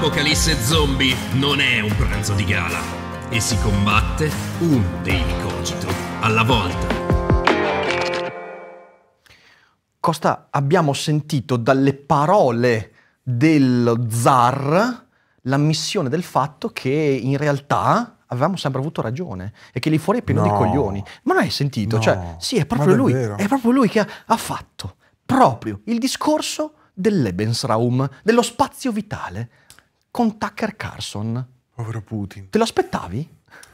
L'apocalisse zombie non è un pranzo di gala e si combatte un daily cogito alla volta. Costa, abbiamo sentito dalle parole del zar l'ammissione del fatto che in realtà avevamo sempre avuto ragione e che lì fuori è pieno di coglioni. Ma non hai sentito? No. Cioè, sì, è proprio lui, davvero? è proprio lui che ha fatto proprio il discorso del Lebensraum, dello spazio vitale, con Tucker Carlson. Povero Putin. Te lo aspettavi?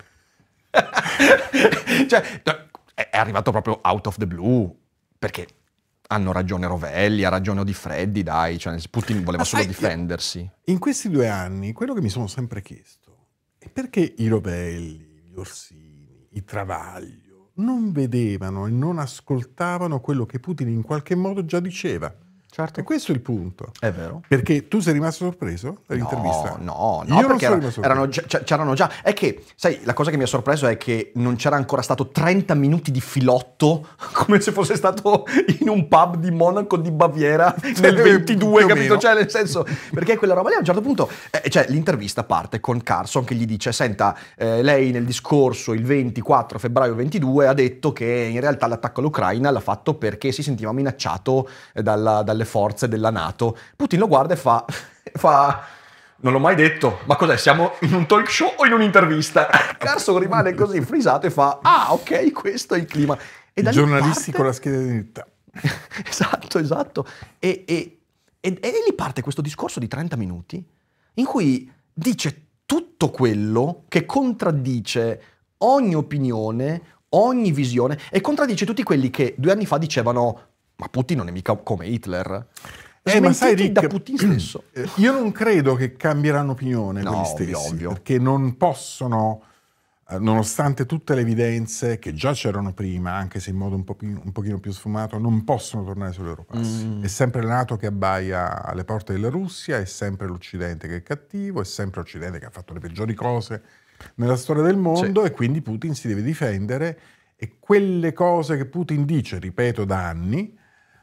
Cioè, è arrivato proprio out of the blue, perché hanno ragione Rovelli, ha ragione Di Freddi, dai, cioè Putin voleva solo difendersi. In questi 2 anni, quello che mi sono sempre chiesto è perché i Rovelli, gli Orsini, i Travaglio non vedevano e non ascoltavano quello che Putin in qualche modo già diceva. Certo. E questo è il punto. È vero. Perché tu sei rimasto sorpreso dall'intervista? No, Io perché non sono rimasto c'erano già. È che, sai, la cosa che mi ha sorpreso è che non c'era ancora stato 30 minuti di filotto, come se fosse stato in un pub di Monaco di Baviera nel 22, capito? Cioè, nel senso, perché quella roba lì a un certo punto, cioè, l'intervista parte con Carlson che gli dice: senta, lei nel discorso il 24 febbraio 22 ha detto che in realtà l'attacco all'Ucraina l'ha fatto perché si sentiva minacciato dalle forze della NATO. Putin lo guarda e fa non l'ho mai detto, ma cos'è, siamo in un talk show o in un'intervista? Carlson rimane così frisato e fa ok, questo è il clima. E I giornalisti con la scheda dritta. Esatto. E lì parte questo discorso di 30 minuti in cui dice tutto quello che contraddice ogni opinione, ogni visione e contraddice tutti quelli che 2 anni fa dicevano ma Putin non è mica come Hitler. Ma sai, Rick, da Putin stesso. Io non credo che cambieranno opinione quelli stessi, ovvio. perché non possono, nonostante tutte le evidenze che già c'erano prima, anche se in modo un pochino più sfumato, non possono tornare sui loro passi. È sempre la NATO che abbaia alle porte della Russia, è sempre l'Occidente che è cattivo, è sempre l'Occidente che ha fatto le peggiori cose nella storia del mondo, e quindi Putin si deve difendere, e quelle cose che Putin dice, ripeto da anni,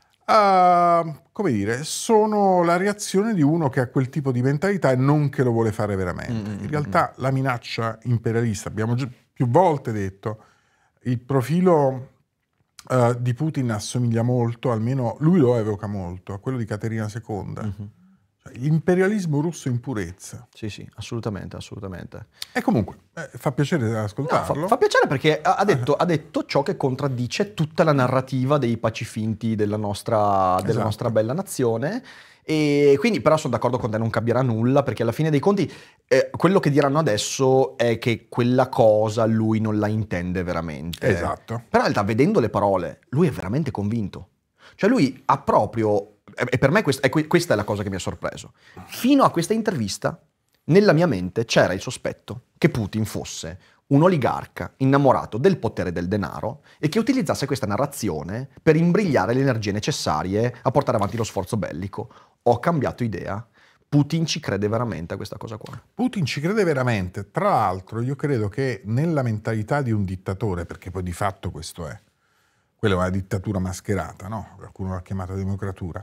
come dire, sono la reazione di uno che ha quel tipo di mentalità e non che lo vuole fare veramente. In realtà la minaccia imperialista, abbiamo già più volte detto, il profilo di Putin assomiglia molto, almeno lui lo evoca molto, a quello di Caterina II. L'imperialismo russo in purezza. Sì, assolutamente. E comunque, fa piacere ascoltarlo. No, fa piacere perché ha detto ciò che contraddice tutta la narrativa dei pacifinti della nostra bella nazione. E quindi però sono d'accordo con te, non cambierà nulla, perché alla fine dei conti quello che diranno adesso è che quella cosa lui non la intende veramente. Esatto. Però in realtà, vedendo le parole, lui è veramente convinto. Cioè lui ha proprio... E per me questa è la cosa che mi ha sorpreso. Fino a questa intervista, nella mia mente c'era il sospetto che Putin fosse un oligarca innamorato del potere e del denaro e che utilizzasse questa narrazione per imbrigliare le energie necessarie a portare avanti lo sforzo bellico. Ho cambiato idea. Putin ci crede veramente a questa cosa qua. Putin ci crede veramente. Tra l'altro, io credo che nella mentalità di un dittatore, perché poi di fatto questo è, quella è una dittatura mascherata, no? Qualcuno l'ha chiamata democratura.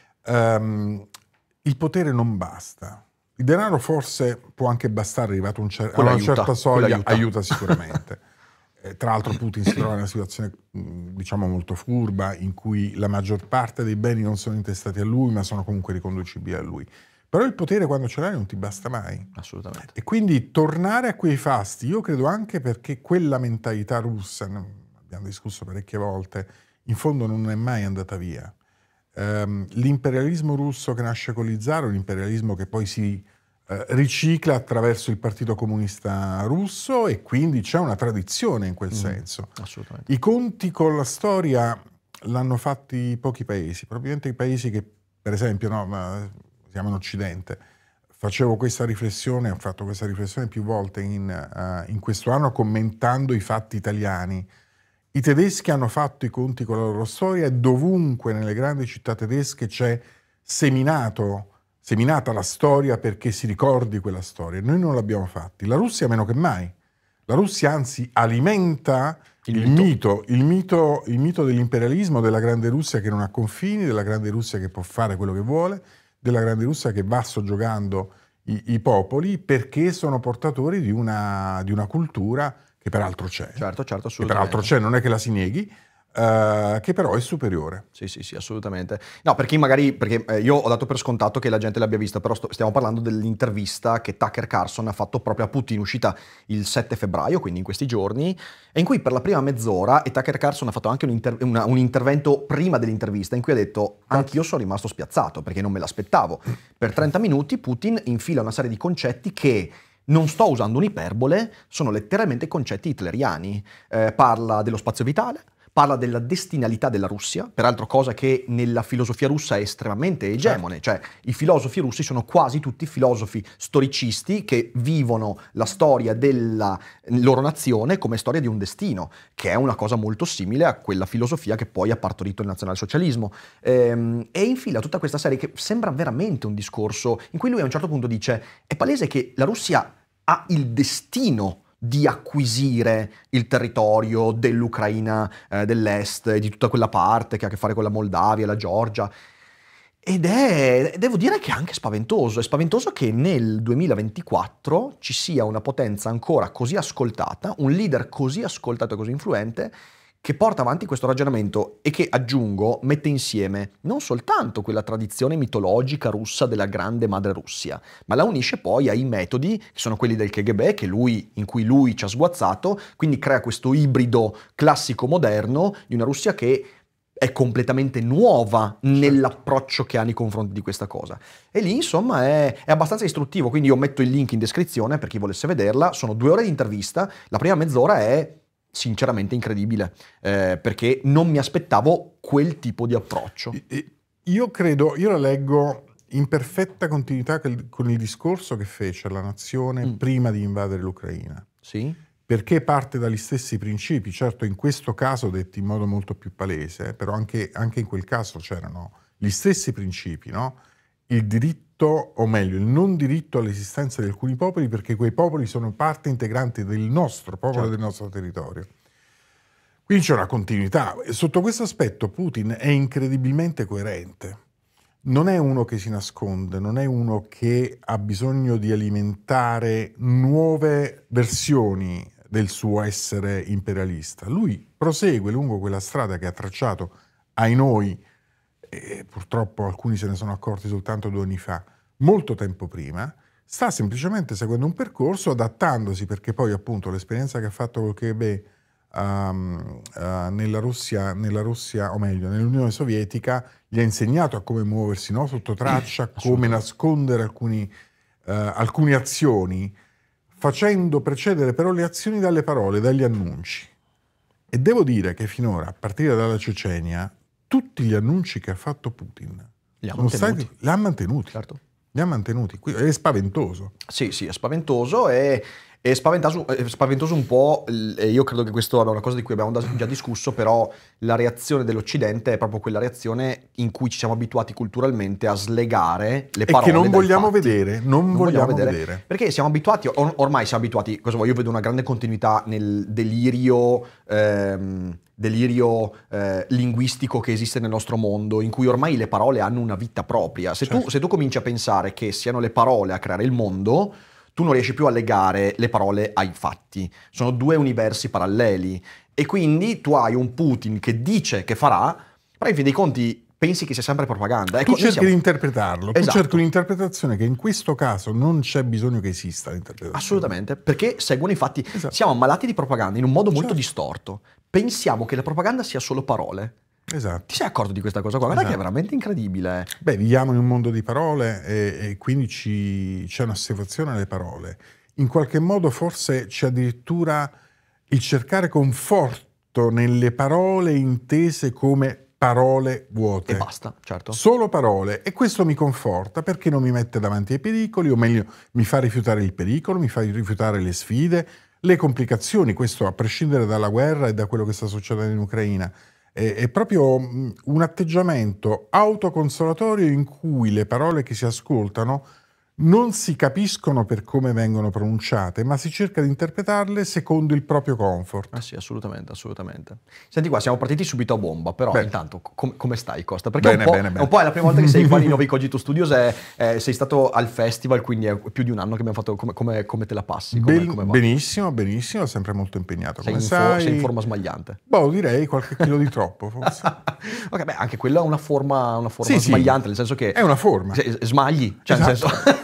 Il potere non basta. Il denaro forse può anche bastare, arrivato a una certa soglia, aiuta sicuramente. Tra l'altro Putin si trova in una situazione, diciamo, molto furba, in cui la maggior parte dei beni non sono intestati a lui, ma sono comunque riconducibili a lui. Però il potere, quando ce l'hai, non ti basta mai. Assolutamente. E quindi tornare a quei fasti, io credo anche perché quella mentalità russa, abbiamo discusso parecchie volte, in fondo non è mai andata via. L'imperialismo russo che nasce con gli zar è un imperialismo che poi si ricicla attraverso il Partito Comunista Russo, e quindi c'è una tradizione in quel senso. Assolutamente. I conti con la storia l'hanno fatti pochi paesi, probabilmente i paesi che, per esempio, siamo in Occidente. Facevo questa riflessione, ho fatto questa riflessione più volte in questo anno commentando i fatti italiani. I tedeschi hanno fatto i conti con la loro storia e dovunque nelle grandi città tedesche c'è seminata la storia perché si ricordi quella storia. Noi non l'abbiamo fatti. La Russia meno che mai. La Russia anzi alimenta il mito dell'imperialismo, della grande Russia che non ha confini, della grande Russia che può fare quello che vuole, della grande Russia che va soggiogando i popoli, perché sono portatori di una cultura che peraltro c'è. Certo, Che assolutamente. peraltro c'è, non è che la si neghi, che però è superiore. Sì, assolutamente. No, perché io ho dato per scontato che la gente l'abbia vista, però stiamo parlando dell'intervista che Tucker Carlson ha fatto proprio a Putin, uscita il 7 febbraio, quindi in questi giorni, e in cui per la prima mezz'ora, e Tucker Carlson ha fatto anche un intervento prima dell'intervista, in cui ha detto: anch'io sono rimasto spiazzato, perché non me l'aspettavo. Per 30 minuti Putin infila una serie di concetti che... Non sto usando un'iperbole, sono letteralmente concetti hitleriani. Parla dello spazio vitale, parla della destinalità della Russia, peraltro cosa che nella filosofia russa è estremamente egemone, cioè i filosofi russi sono quasi tutti filosofi storicisti che vivono la storia della loro nazione come storia di un destino, che è una cosa molto simile a quella filosofia che poi ha partorito il nazionalsocialismo. E infila tutta questa serie che sembra veramente un discorso in cui lui a un certo punto dice: è palese che la Russia ha il destino di acquisire il territorio dell'Ucraina dell'Est e di tutta quella parte che ha a che fare con la Moldavia, la Georgia. Devo dire che è anche spaventoso. È spaventoso che nel 2024 ci sia una potenza ancora così ascoltata, un leader così ascoltato e così influente, che porta avanti questo ragionamento e che, aggiungo, mette insieme non soltanto quella tradizione mitologica russa della grande madre Russia, ma la unisce poi ai metodi che sono quelli del KGB, in cui lui ci ha sguazzato, quindi crea questo ibrido classico-moderno di una Russia che è completamente nuova nell'approccio che ha nei confronti di questa cosa. E lì, insomma, è abbastanza istruttivo, quindi io metto il link in descrizione per chi volesse vederla. Sono 2 ore di intervista, la prima mezz'ora è sinceramente incredibile, perché non mi aspettavo quel tipo di approccio. Io la leggo in perfetta continuità con il discorso che fece la nazione prima di invadere l'Ucraina. Sì? Perché parte dagli stessi principi, certo in questo caso detti in modo molto più palese, però anche in quel caso c'erano gli stessi principi, no? Il diritto, o meglio, il non diritto all'esistenza di alcuni popoli, perché quei popoli sono parte integrante del nostro popolo, del nostro territorio. Quindi c'è una continuità. Sotto questo aspetto Putin è incredibilmente coerente. Non è uno che si nasconde, non è uno che ha bisogno di alimentare nuove versioni del suo essere imperialista. Lui prosegue lungo quella strada che ha tracciato, ai noi, e purtroppo alcuni se ne sono accorti soltanto 2 anni fa, molto tempo prima, sta semplicemente seguendo un percorso, adattandosi, perché poi appunto l'esperienza che ha fatto col KGB nella Russia, o meglio nell'Unione Sovietica, gli ha insegnato a come muoversi, no? Sotto traccia, come nascondere alcune azioni, facendo precedere però le azioni dalle parole, dagli annunci. E devo dire che finora, a partire dalla Cecenia, tutti gli annunci che ha fatto Putin li ha mantenuti. Certo. Li ha mantenuti. È spaventoso. Sì, è spaventoso e è spaventoso un po', e io credo che questo è una cosa di cui abbiamo già discusso, però la reazione dell'Occidente è proprio quella reazione in cui ci siamo abituati culturalmente a slegare le parole. E che non vogliamo vedere, non vogliamo vedere. Perché siamo abituati, ormai siamo abituati, io vedo una grande continuità nel delirio linguistico che esiste nel nostro mondo, in cui ormai le parole hanno una vita propria. Se tu cominci a pensare che siano le parole a creare il mondo, tu non riesci più a legare le parole ai fatti. Sono 2 universi paralleli. E quindi tu hai un Putin che dice che farà, però in fin dei conti pensi che sia sempre propaganda. Tu cerchi di interpretarlo, esatto. Tu cerchi un'interpretazione che in questo caso non c'è bisogno che esista l'interpretazione. Assolutamente, perché seguono i fatti. Esatto. Siamo ammalati di propaganda in un modo molto distorto. Pensiamo che la propaganda sia solo parole. Esatto. Ti sei accorto di questa cosa qua? Guarda che è veramente incredibile. Beh, viviamo in un mondo di parole e quindi c'è un'ossevazione alle parole. In qualche modo forse c'è addirittura il cercare conforto nelle parole intese come parole vuote. E basta, certo. Solo parole. E questo mi conforta perché non mi mette davanti ai pericoli, o meglio, mi fa rifiutare il pericolo, mi fa rifiutare le sfide, le complicazioni, questo a prescindere dalla guerra e da quello che sta succedendo in Ucraina. È proprio un atteggiamento autoconsolatorio in cui le parole che si ascoltano non si capiscono per come vengono pronunciate, ma si cerca di interpretarle secondo il proprio comfort. Ah sì, assolutamente, assolutamente. Senti qua, siamo partiti subito a bomba, però Bene. intanto come stai, Costa? Perché Bene, è un po' è la prima volta che sei qua nei Nuovi Cogito Studios, sei stato al festival, quindi è più di un anno che abbiamo fatto. Come te la passi? Come va? Benissimo, benissimo, sempre molto impegnato. Sei in forma smagliante? Boh, direi qualche chilo di troppo, forse. Ok, beh, anche quella è una forma Sì, smagliante, nel senso che... È una forma. Smagli, cioè Esatto. nel senso...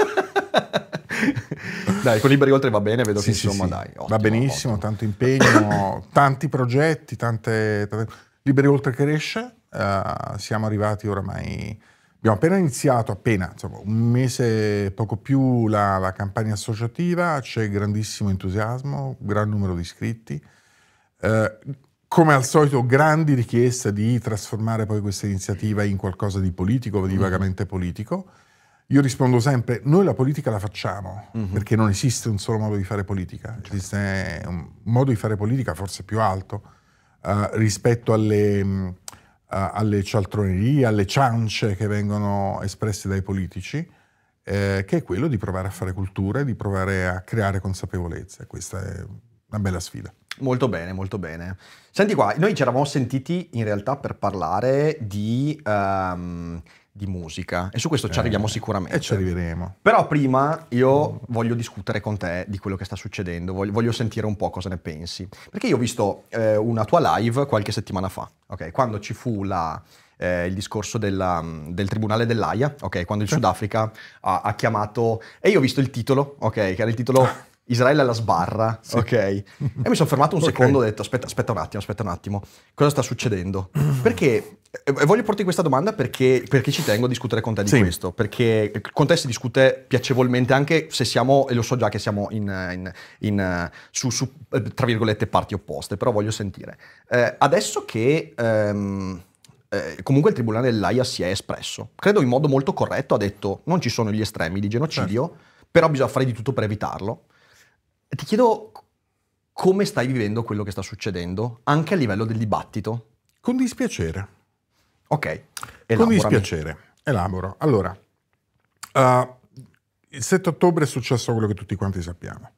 Dai, con Liberi Oltre va bene, vedo che Sì, insomma sì. dai. Ottimo, Va benissimo, ottimo. tanto impegno, tanti progetti, Liberi Oltre cresce, siamo arrivati oramai, abbiamo appena iniziato, insomma, un mese poco più la campagna associativa, c'è grandissimo entusiasmo, gran numero di iscritti, come al solito grandi richieste di trasformare poi questa iniziativa in qualcosa di politico, di vagamente politico. Io rispondo sempre, noi la politica la facciamo, perché non esiste un solo modo di fare politica, esiste un modo di fare politica forse più alto rispetto alle cialtronerie, alle ciance che vengono espresse dai politici, che è quello di provare a fare cultura e di provare a creare consapevolezza. Questa è una bella sfida. Molto bene, molto bene. Senti qua, noi ci eravamo sentiti in realtà per parlare di musica e su questo ci arriviamo sicuramente. E ci arriveremo. Però prima io voglio discutere con te di quello che sta succedendo, voglio sentire un po' cosa ne pensi. Perché io ho visto una tua live qualche settimana fa, ok? Quando ci fu il discorso del Tribunale dell'Aia, ok? Quando il Sudafrica ha chiamato... E io ho visto il titolo, ok? Che era il titolo... Israele alla sbarra, sì. Ok? E mi sono fermato un secondo e ho detto aspetta un attimo, cosa sta succedendo? Perché, voglio porti questa domanda perché ci tengo a discutere con te di questo, perché con te si discute piacevolmente anche se siamo, e lo so già che siamo su tra virgolette parti opposte, però voglio sentire. Adesso che comunque il Tribunale dell'Aia si è espresso, credo in modo molto corretto, ha detto non ci sono gli estremi di genocidio, però bisogna fare di tutto per evitarlo. Ti chiedo come stai vivendo quello che sta succedendo, anche a livello del dibattito? Con dispiacere. Ok. Con dispiacere. Elaboro. Allora, il 7 ottobre è successo quello che tutti quanti sappiamo.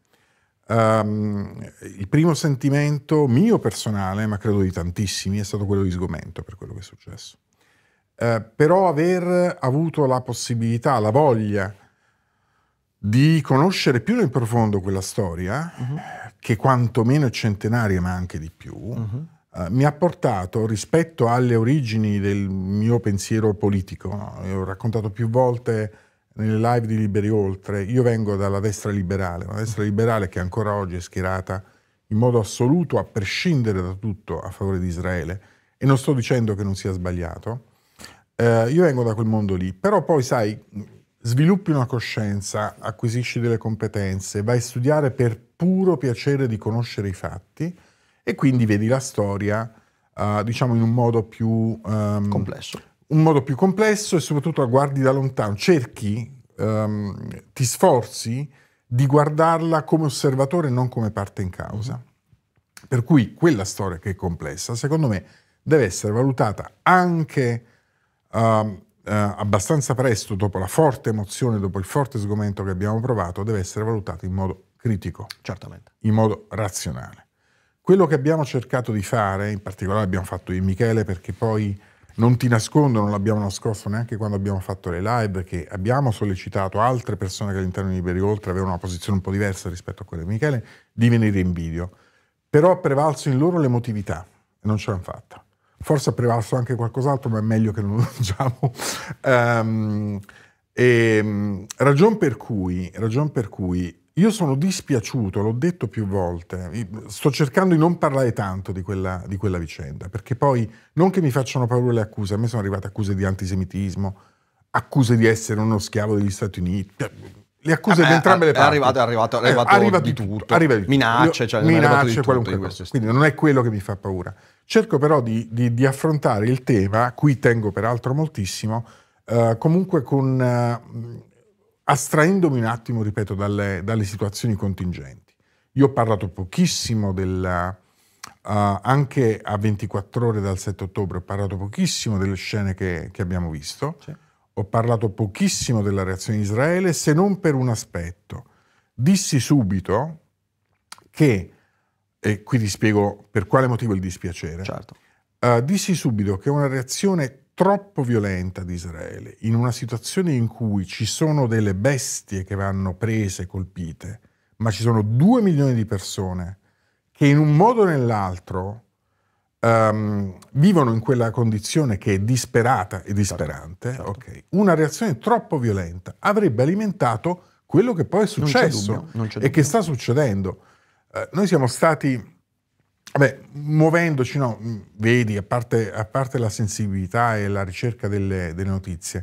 Il primo sentimento mio personale, ma credo di tantissimi, è stato quello di sgomento per quello che è successo. Però aver avuto la possibilità, la voglia di conoscere più nel profondo quella storia, che quantomeno è centenaria ma anche di più, mi ha portato rispetto alle origini del mio pensiero politico. Ho raccontato più volte nelle live di Liberi Oltre, io vengo dalla destra liberale, una destra liberale che ancora oggi è schierata in modo assoluto, a prescindere da tutto, a favore di Israele, e non sto dicendo che non sia sbagliato. Io vengo da quel mondo lì, però poi sai... Sviluppi una coscienza, acquisisci delle competenze, vai a studiare per puro piacere di conoscere i fatti e quindi vedi la storia, diciamo, in un modo più complesso. Un modo più complesso e soprattutto la guardi da lontano. Cerchi, ti sforzi di guardarla come osservatore e non come parte in causa. Per cui quella storia che è complessa, secondo me, deve essere valutata anche... abbastanza presto, dopo la forte emozione, dopo il forte sgomento che abbiamo provato, deve essere valutato in modo critico, certamente, in modo razionale. Quello che abbiamo cercato di fare, in particolare abbiamo fatto io e Michele, perché poi non ti nascondo, non l'abbiamo nascosto neanche quando abbiamo fatto le live, che abbiamo sollecitato altre persone che all'interno di Liberi Oltre avevano una posizione un po' diversa rispetto a quella di Michele, di venire in video. Però ha prevalso in loro l'emotività e non ce l'hanno fatta. Forse ha prevalso anche qualcos'altro, ma è meglio che non lo diciamo. Ragion per cui io sono dispiaciuto, l'ho detto più volte, sto cercando di non parlare tanto di quella vicenda, perché poi non che mi facciano paura le accuse, a me sono arrivate accuse di antisemitismo, accuse di essere uno schiavo degli Stati Uniti, le accuse di entrambe le parti. È arrivato di tutto. Minacce, qualunque cosa. Quindi non è quello che mi fa paura. Cerco però di affrontare il tema, a cui tengo peraltro moltissimo, comunque astraendomi un attimo, ripeto, dalle situazioni contingenti. Io ho parlato pochissimo anche a 24 ore dal 7 ottobre, ho parlato pochissimo delle scene che abbiamo visto. Sì. ho parlato pochissimo della reazione di Israele, se non per un aspetto. Dissi subito che, e qui ti spiego per quale motivo il dispiacere, Certo. Dissi subito che una reazione troppo violenta di Israele, in una situazione in cui ci sono delle bestie che vanno prese, colpite, ma ci sono 2 milioni di persone che in un modo o nell'altro vivono in quella condizione che è disperata e disperante, certo. Okay. Una reazione troppo violenta avrebbe alimentato quello che poi è successo non c'è e che sta succedendo. Noi siamo stati, muovendoci, no? Vedi, a parte la sensibilità e la ricerca delle notizie,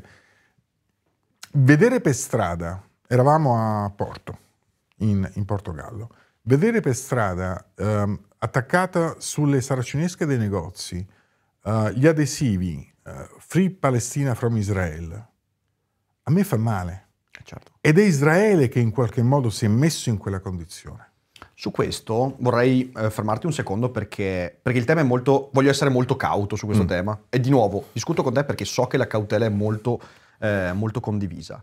vedere per strada, eravamo a Porto, in Portogallo, vedere per strada attaccata sulle saracinesche dei negozi gli adesivi Free Palestina from Israel, a me fa male. Certo. Ed è Israele che in qualche modo si è messo in quella condizione. Su questo vorrei fermarti un secondo perché il tema è molto... Voglio essere molto cauto su questo tema. E di nuovo, discuto con te perché so che la cautela è molto condivisa.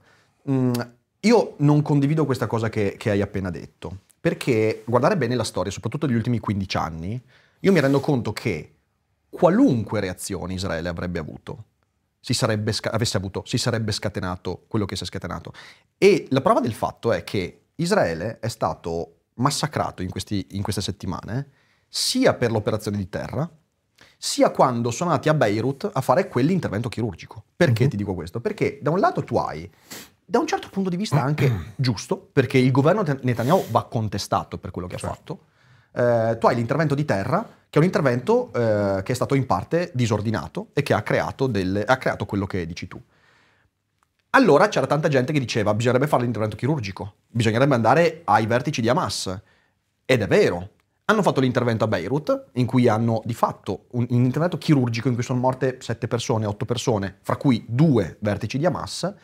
Io non condivido questa cosa che hai appena detto, perché guardare bene la storia, soprattutto degli ultimi 15 anni, io mi rendo conto che qualunque reazione Israele avrebbe avuto, si sarebbe scatenato quello che si è scatenato. E la prova del fatto è che Israele è stato massacrato in queste settimane, sia per l'operazione di terra, sia quando sono andati a Beirut a fare quell'intervento chirurgico. Perché ti dico questo? Perché da un lato tu hai, da un certo punto di vista anche giusto, perché il governo Netanyahu va contestato per quello che ha fatto, tu hai l'intervento di terra, che è un intervento che è stato in parte disordinato e che ha creato quello che dici tu. Allora c'era tanta gente che diceva bisognerebbe fare l'intervento chirurgico, bisognerebbe andare ai vertici di Hamas. Ed è vero. Hanno fatto l'intervento a Beirut, in cui hanno di fatto un intervento chirurgico in cui sono morte 7 persone, 8 persone, fra cui 2 vertici di Hamas.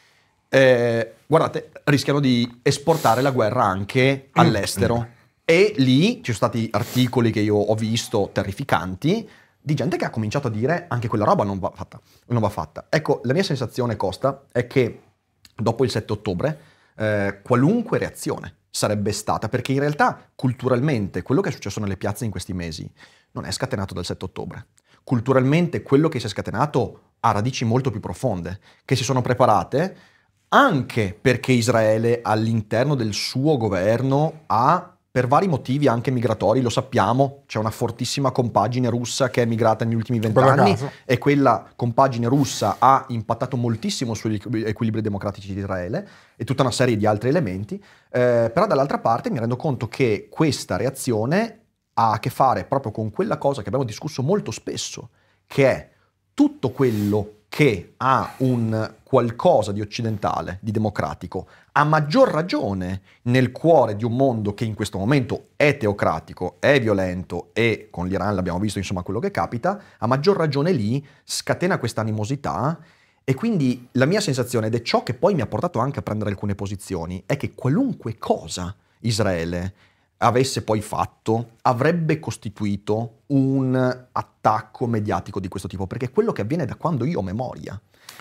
Guardate, rischiano di esportare la guerra anche all'estero. E lì ci sono stati articoli che io ho visto terrificanti di gente che ha cominciato a dire anche quella roba non va fatta. Ecco, la mia sensazione, Costa, è che dopo il 7 ottobre qualunque reazione sarebbe stata, perché in realtà culturalmente quello che è successo nelle piazze in questi mesi non è scatenato dal 7 ottobre. Culturalmente quello che si è scatenato ha radici molto più profonde, che si sono preparate anche perché Israele all'interno del suo governo ha, per vari motivi anche migratori, lo sappiamo, c'è una fortissima compagine russa che è migrata negli ultimi 20 anni e quella compagine russa ha impattato moltissimo sugli equilibri democratici di Israele e tutta una serie di altri elementi, però dall'altra parte mi rendo conto che questa reazione ha a che fare proprio con quella cosa che abbiamo discusso molto spesso, che è tutto quello che ha un qualcosa di occidentale, di democratico, a maggior ragione nel cuore di un mondo che in questo momento è teocratico, è violento e con l'Iran l'abbiamo visto insomma quello che capita, a maggior ragione lì scatena questa animosità e quindi la mia sensazione, ed è ciò che poi mi ha portato anche a prendere alcune posizioni, è che qualunque cosa Israele avesse poi fatto, avrebbe costituito un attacco mediatico di questo tipo, perché è quello che avviene da quando io ho memoria.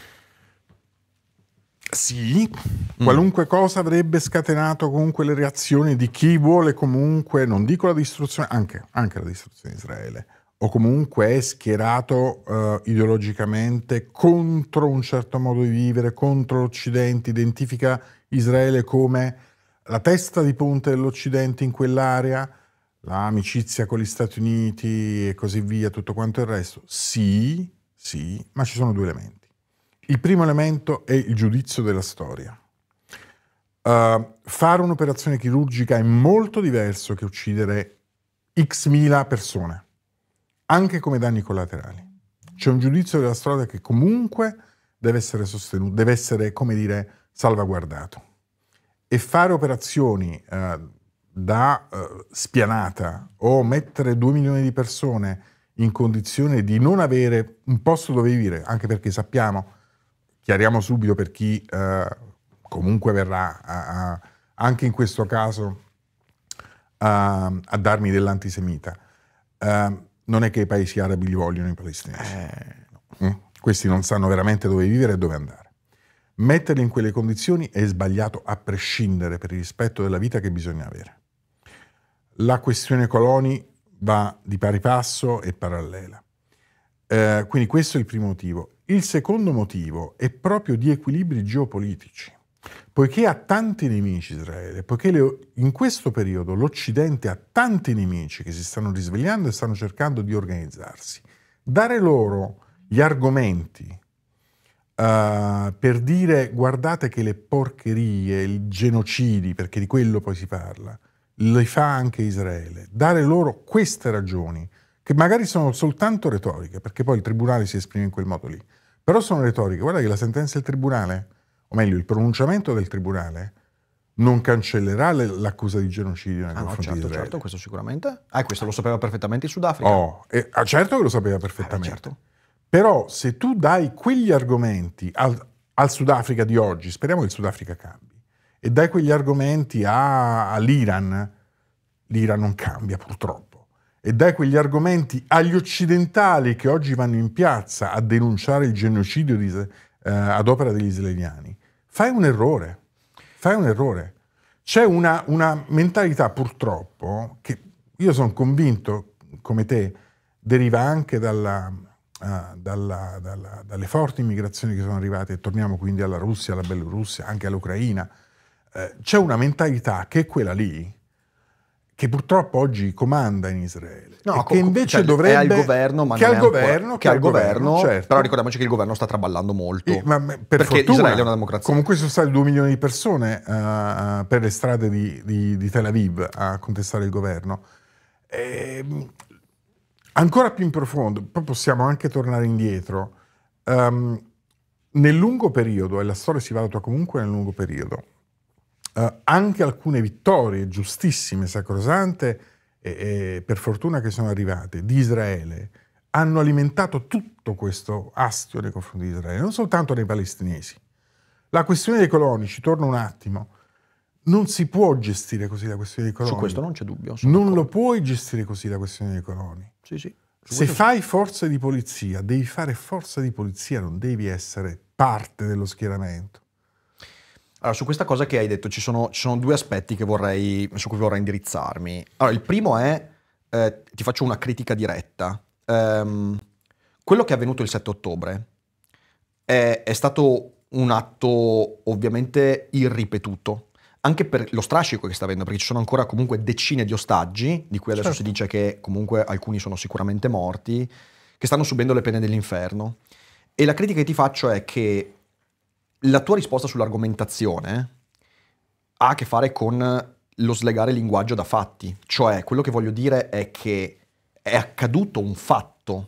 Sì, qualunque cosa avrebbe scatenato comunque le reazioni di chi vuole comunque, non dico la distruzione, anche la distruzione di Israele, o comunque è schierato ideologicamente contro un certo modo di vivere, contro l'Occidente, identifica Israele come la testa di ponte dell'Occidente in quell'area, l'amicizia con gli Stati Uniti e così via, tutto quanto il resto. Sì, ma ci sono 2 elementi. Il primo elemento è il giudizio della storia. Fare un'operazione chirurgica è molto diverso che uccidere x mila persone, anche come danni collaterali. C'è un giudizio della storia che comunque deve essere sostenuto, deve essere, come dire, salvaguardato. E fare operazioni da spianata o mettere 2 milioni di persone in condizione di non avere un posto dove vivere, anche perché sappiamo, chiariamo subito per chi comunque verrà anche in questo caso a darmi dell'antisemita, non è che i paesi arabi li vogliono i palestinesi. No. Questi non sanno veramente dove vivere e dove andare. Metterli in quelle condizioni è sbagliato a prescindere per il rispetto della vita che bisogna avere. La questione coloni va di pari passo e parallela. Quindi questo è il primo motivo. Il secondo motivo è proprio di equilibri geopolitici. Poiché ha tanti nemici Israele, poiché in questo periodo l'Occidente ha tanti nemici che si stanno risvegliando e stanno cercando di organizzarsi, dare loro gli argomenti per dire guardate che le porcherie, i genocidi, perché di quello poi si parla, le fa anche Israele, dare loro queste ragioni, che magari sono soltanto retoriche, perché poi il tribunale si esprime in quel modo lì, però sono retoriche. Guarda che la sentenza del tribunale, o meglio il pronunciamento del tribunale, non cancellerà l'accusa di genocidio nei confronti di Israele. Certo, questo sicuramente. Questo lo sapeva perfettamente il Sudafrica. Certo che lo sapeva perfettamente. Certo. Però se tu dai quegli argomenti al Sudafrica di oggi, speriamo che il Sudafrica cambi, e dai quegli argomenti all'Iran, l'Iran non cambia purtroppo, e dai quegli argomenti agli occidentali che oggi vanno in piazza a denunciare il genocidio ad opera degli israeliani, fai un errore. C'è una mentalità purtroppo che io sono convinto, come te, deriva anche dalle forti immigrazioni che sono arrivate, e torniamo quindi alla Russia, alla Bielorussia, anche all'Ucraina. C'è una mentalità che è quella lì, che purtroppo oggi comanda in Israele, e che invece dovrebbe... È al governo, ma che non al è governo, ancora, che al governo, certo. Però ricordiamoci che il governo sta traballando molto, per perché fortuna, Israele è una democrazia. Comunque sono state 2 milioni di persone per le strade di Tel Aviv a contestare il governo. Ancora più in profondo, poi possiamo anche tornare indietro, nel lungo periodo, e la storia si valuta comunque nel lungo periodo, anche alcune vittorie giustissime, sacrosante, e per fortuna che sono arrivate, di Israele, hanno alimentato tutto questo astio nei confronti di Israele, non soltanto nei palestinesi. La questione dei coloni, ci torno un attimo, non si può gestire così la questione dei coloni. Su questo non c'è dubbio. Non lo puoi gestire così la questione dei coloni. Sì. Se fai forze di polizia, devi fare forza di polizia, non devi essere parte dello schieramento. Allora, su questa cosa che hai detto ci sono 2 aspetti su cui vorrei indirizzarmi. Allora, il primo è, ti faccio una critica diretta. Quello che è avvenuto il 7 ottobre è stato un atto ovviamente irripetuto, anche per lo strascico che sta avendo, perché ci sono ancora comunque decine di ostaggi, di cui adesso si dice che comunque alcuni sono sicuramente morti, che stanno subendo le pene dell'inferno. E la critica che ti faccio è che la tua risposta sull'argomentazione ha a che fare con lo slegare il linguaggio da fatti. Cioè, quello che voglio dire è che è accaduto un fatto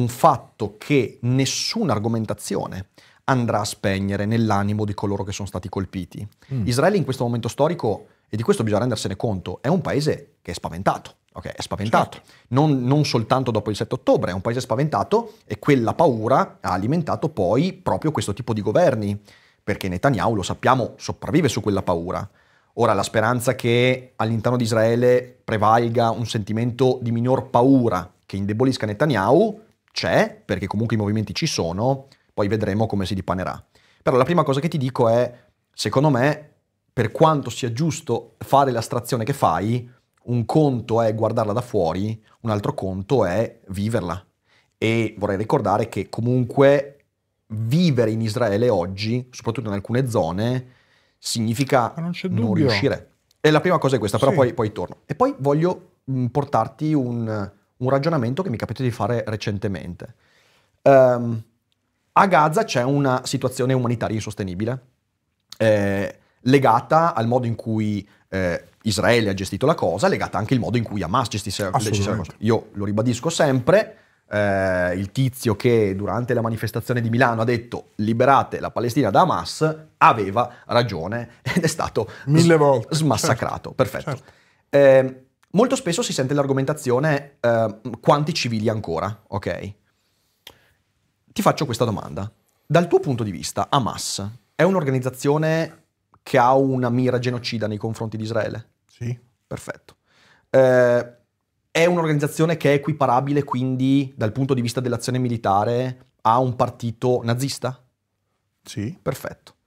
che nessuna argomentazione andrà a spegnere nell'animo di coloro che sono stati colpiti. Israele in questo momento storico, e di questo bisogna rendersene conto, è un paese che è spaventato. Okay, è spaventato, certo. non soltanto dopo il 7 ottobre, è un paese spaventato, e quella paura ha alimentato poi proprio questo tipo di governi, perché Netanyahu, lo sappiamo, sopravvive su quella paura. Ora, la speranza che all'interno di Israele prevalga un sentimento di minor paura che indebolisca Netanyahu c'è, perché comunque i movimenti ci sono, poi vedremo come si dipanerà. Però la prima cosa che ti dico è, secondo me, per quanto sia giusto fare l'astrazione che fai, un conto è guardarla da fuori, un altro conto è viverla. E vorrei ricordare che comunque vivere in Israele oggi, soprattutto in alcune zone, significa non riuscire. E la prima cosa è questa, però poi torno. E poi voglio portarti un ragionamento che mi è capitato di fare recentemente. A Gaza c'è una situazione umanitaria insostenibile, legata al modo in cui Israele ha gestito la cosa, legata anche al modo in cui Hamas gestisce la cosa. Io lo ribadisco sempre, il tizio che durante la manifestazione di Milano ha detto liberate la Palestina da Hamas aveva ragione ed è stato 1000 volte smassacrato. Certo. Perfetto. Certo. Molto spesso si sente l'argomentazione quanti civili ancora, ok? Ti faccio questa domanda. Dal tuo punto di vista, Hamas è un'organizzazione che ha una mira genocida nei confronti di Israele? Sì. Perfetto. È un'organizzazione che è equiparabile quindi dal punto di vista dell'azione militare a un partito nazista? Sì. Perfetto.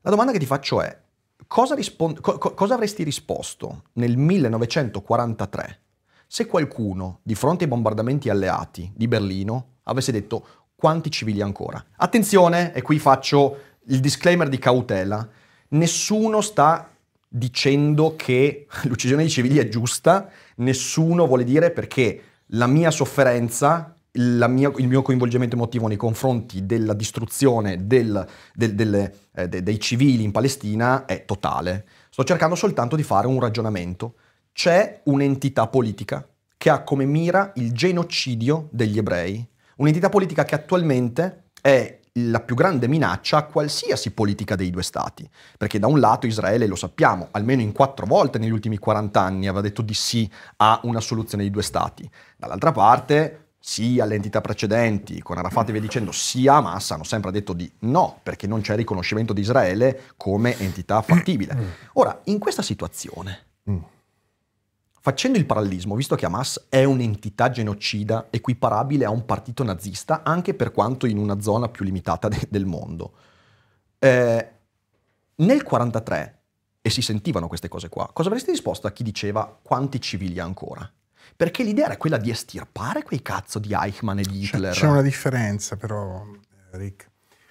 La domanda che ti faccio è, cosa avresti risposto nel 1943 se qualcuno, di fronte ai bombardamenti alleati di Berlino, avesse detto quanti civili ancora? Attenzione, e qui faccio il disclaimer di cautela, nessuno sta dicendo che l'uccisione di civili è giusta, nessuno vuole dire perché la mia sofferenza, il mio coinvolgimento emotivo nei confronti della distruzione dei civili in Palestina è totale. Sto cercando soltanto di fare un ragionamento. C'è un'entità politica che ha come mira il genocidio degli ebrei, un'entità politica che attualmente è la più grande minaccia a qualsiasi politica dei due stati, perché da un lato Israele, lo sappiamo, almeno in 4 volte negli ultimi 40 anni aveva detto di sì a una soluzione di 2 stati, dall'altra parte sia le entità precedenti, con Arafat e via dicendo, sia Hamas hanno sempre detto di no, perché non c'è riconoscimento di Israele come entità fattibile. Ora, in questa situazione, facendo il parallelismo, visto che Hamas è un'entità genocida equiparabile a un partito nazista, anche per quanto in una zona più limitata del mondo, nel 1943, e si sentivano queste cose qua, cosa avresti risposto a chi diceva quanti civili ancora? Perché l'idea era quella di estirpare quei cazzo di Eichmann e di Hitler. C'è una differenza però, Rick.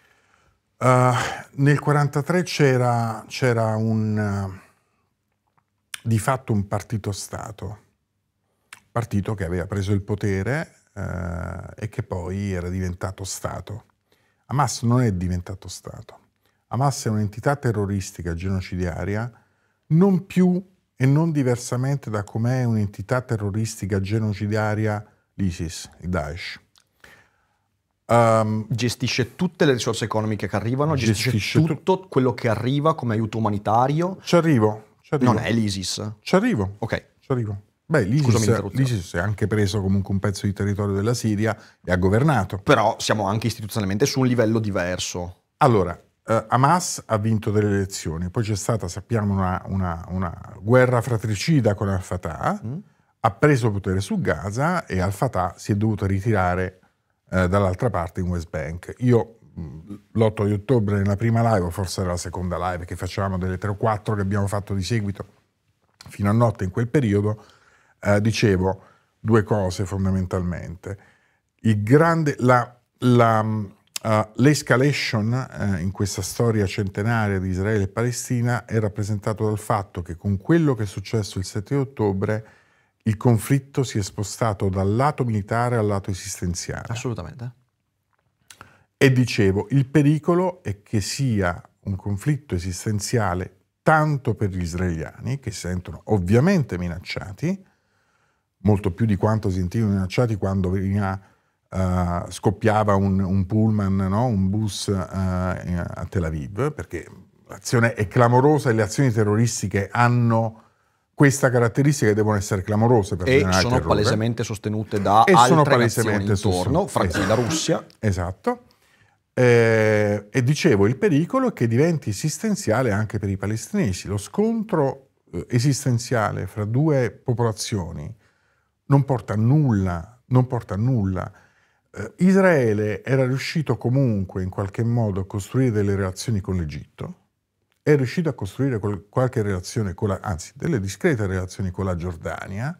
Nel 1943 c'era di fatto un partito-stato, partito che aveva preso il potere e che poi era diventato Stato. Hamas non è diventato Stato. Hamas è un'entità terroristica genocidaria, non più e non diversamente da com'è un'entità terroristica genocidaria l'ISIS, il Daesh. Gestisce tutte le risorse economiche che arrivano, gestisce tutto quello che arriva come aiuto umanitario. Ci arrivo. Non è l'ISIS? Ci arrivo. Ok. Ci arrivo. Beh, l'ISIS è anche preso comunque un pezzo di territorio della Siria e ha governato. Però siamo anche istituzionalmente su un livello diverso. Allora, Hamas ha vinto delle elezioni, poi c'è stata, sappiamo, una guerra fratricida con al-Fatah, ha preso potere su Gaza e al-Fatah si è dovuto ritirare dall'altra parte in West Bank. Io l'8 di ottobre nella prima live, o forse era la seconda live, che facevamo delle 3 o 4 che abbiamo fatto di seguito fino a notte in quel periodo, dicevo 2 cose fondamentalmente. L'escalation in questa storia centenaria di Israele e Palestina è rappresentato dal fatto che con quello che è successo il 7 ottobre il conflitto si è spostato dal lato militare al lato esistenziale. Assolutamente. E dicevo, il pericolo è che sia un conflitto esistenziale tanto per gli israeliani, che si sentono ovviamente minacciati, molto più di quanto si sentivano minacciati quando scoppiava un pullman, no? Un bus a Tel Aviv, perché l'azione è clamorosa e le azioni terroristiche hanno questa caratteristica che devono essere clamorose per e sono palesemente sostenute da altre nazioni intorno, fra cui la Russia. Esatto. E dicevo, il pericolo è che diventi esistenziale anche per i palestinesi. Lo scontro esistenziale fra 2 popolazioni non porta a nulla, non porta a nulla. Israele era riuscito comunque in qualche modo a costruire delle relazioni con l'Egitto, è riuscito a costruire qualche relazione anzi delle discrete relazioni con la Giordania,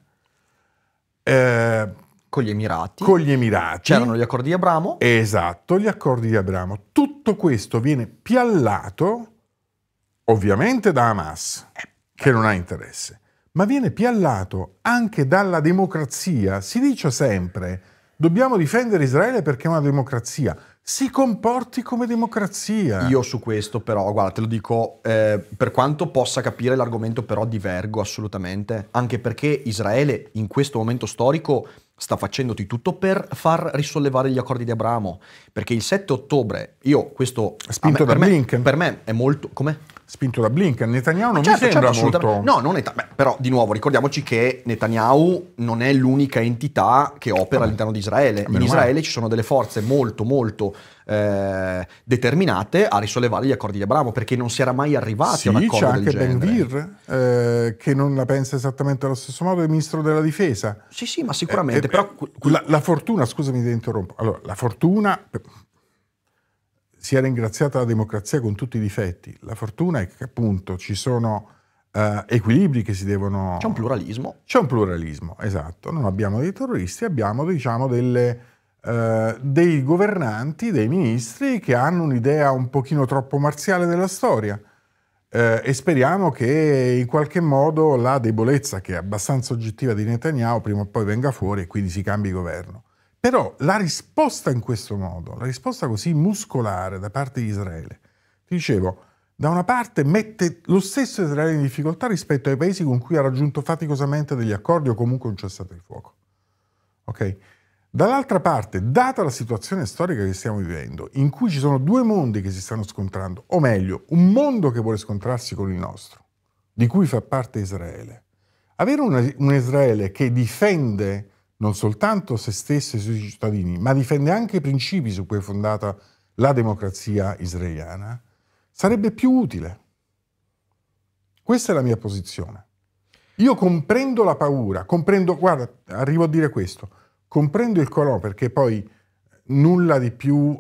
con gli Emirati. Con gli Emirati. C'erano gli accordi di Abramo. Esatto, gli accordi di Abramo. Tutto questo viene piallato ovviamente da Hamas, che non ha interesse, ma viene piallato anche dalla democrazia. Si dice sempre: dobbiamo difendere Israele perché è una democrazia. Si comporti come democrazia. Io su questo però, guarda, te lo dico, per quanto possa capire l'argomento, però divergo assolutamente, anche perché Israele in questo momento storico sta facendo di tutto per far risollevare gli accordi di Abramo, perché il 7 ottobre, spinto da Blinken. Per me è molto... Com'è? Spinto da Blinken. Netanyahu non mi sembra molto... No, però di nuovo ricordiamoci che Netanyahu non è l'unica entità che opera all'interno di Israele. In Israele ci sono delle forze molto determinate a risollevare gli accordi di Abramo, perché non si era mai arrivati a un accordo del genere. C'è anche Ben-Gvir che non la pensa esattamente allo stesso modo, il ministro della difesa. Sì, ma sicuramente. Però la fortuna, scusami ti interrompo. Allora, la fortuna... sia ringraziata la democrazia con tutti i difetti. La fortuna è che appunto ci sono equilibri che si devono... C'è un pluralismo. C'è un pluralismo, esatto. Non abbiamo dei terroristi, abbiamo diciamo dei governanti, dei ministri che hanno un'idea un pochino troppo marziale della storia. E speriamo che in qualche modo la debolezza, che è abbastanza oggettiva, di Netanyahu prima o poi venga fuori e quindi si cambi governo. Però la risposta in questo modo, la risposta così muscolare da parte di Israele, ti dicevo, da una parte mette lo stesso Israele in difficoltà rispetto ai paesi con cui ha raggiunto faticosamente degli accordi o comunque un cessate il fuoco. Ok? Dall'altra parte, data la situazione storica che stiamo vivendo, in cui ci sono due mondi che si stanno scontrando, o meglio, un mondo che vuole scontrarsi con il nostro, di cui fa parte Israele, avere un Israele che difende non soltanto se stesso e i suoi cittadini, ma difende anche i principi su cui è fondata la democrazia israeliana, sarebbe più utile. Questa è la mia posizione. Io comprendo la paura, guarda, arrivo a dire questo, comprendo il colono, perché poi nulla di più,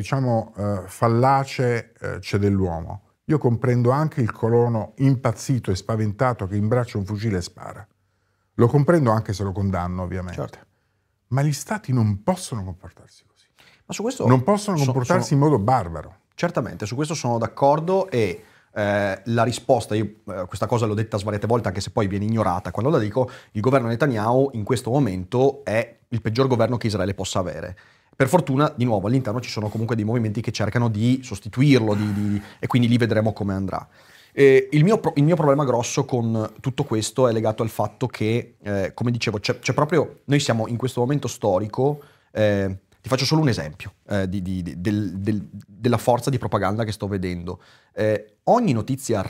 fallace c'è dell'uomo. Io comprendo anche il colono impazzito e spaventato che imbraccia un fucile e spara. Lo comprendo anche se lo condanno, ovviamente. Certo. Ma gli stati non possono comportarsi così. Ma su questo non possono comportarsi in modo barbaro. Certamente, su questo sono d'accordo e la risposta, io questa cosa l'ho detta svariate volte anche se poi viene ignorata, quando la dico, il governo Netanyahu in questo momento è il peggior governo che Israele possa avere. Per fortuna, di nuovo, all'interno ci sono comunque dei movimenti che cercano di sostituirlo e quindi lì vedremo come andrà. Il mio problema grosso con tutto questo è legato al fatto che, come dicevo, c'è proprio, noi siamo in questo momento storico, ti faccio solo un esempio della forza di propaganda che sto vedendo. Ogni notizia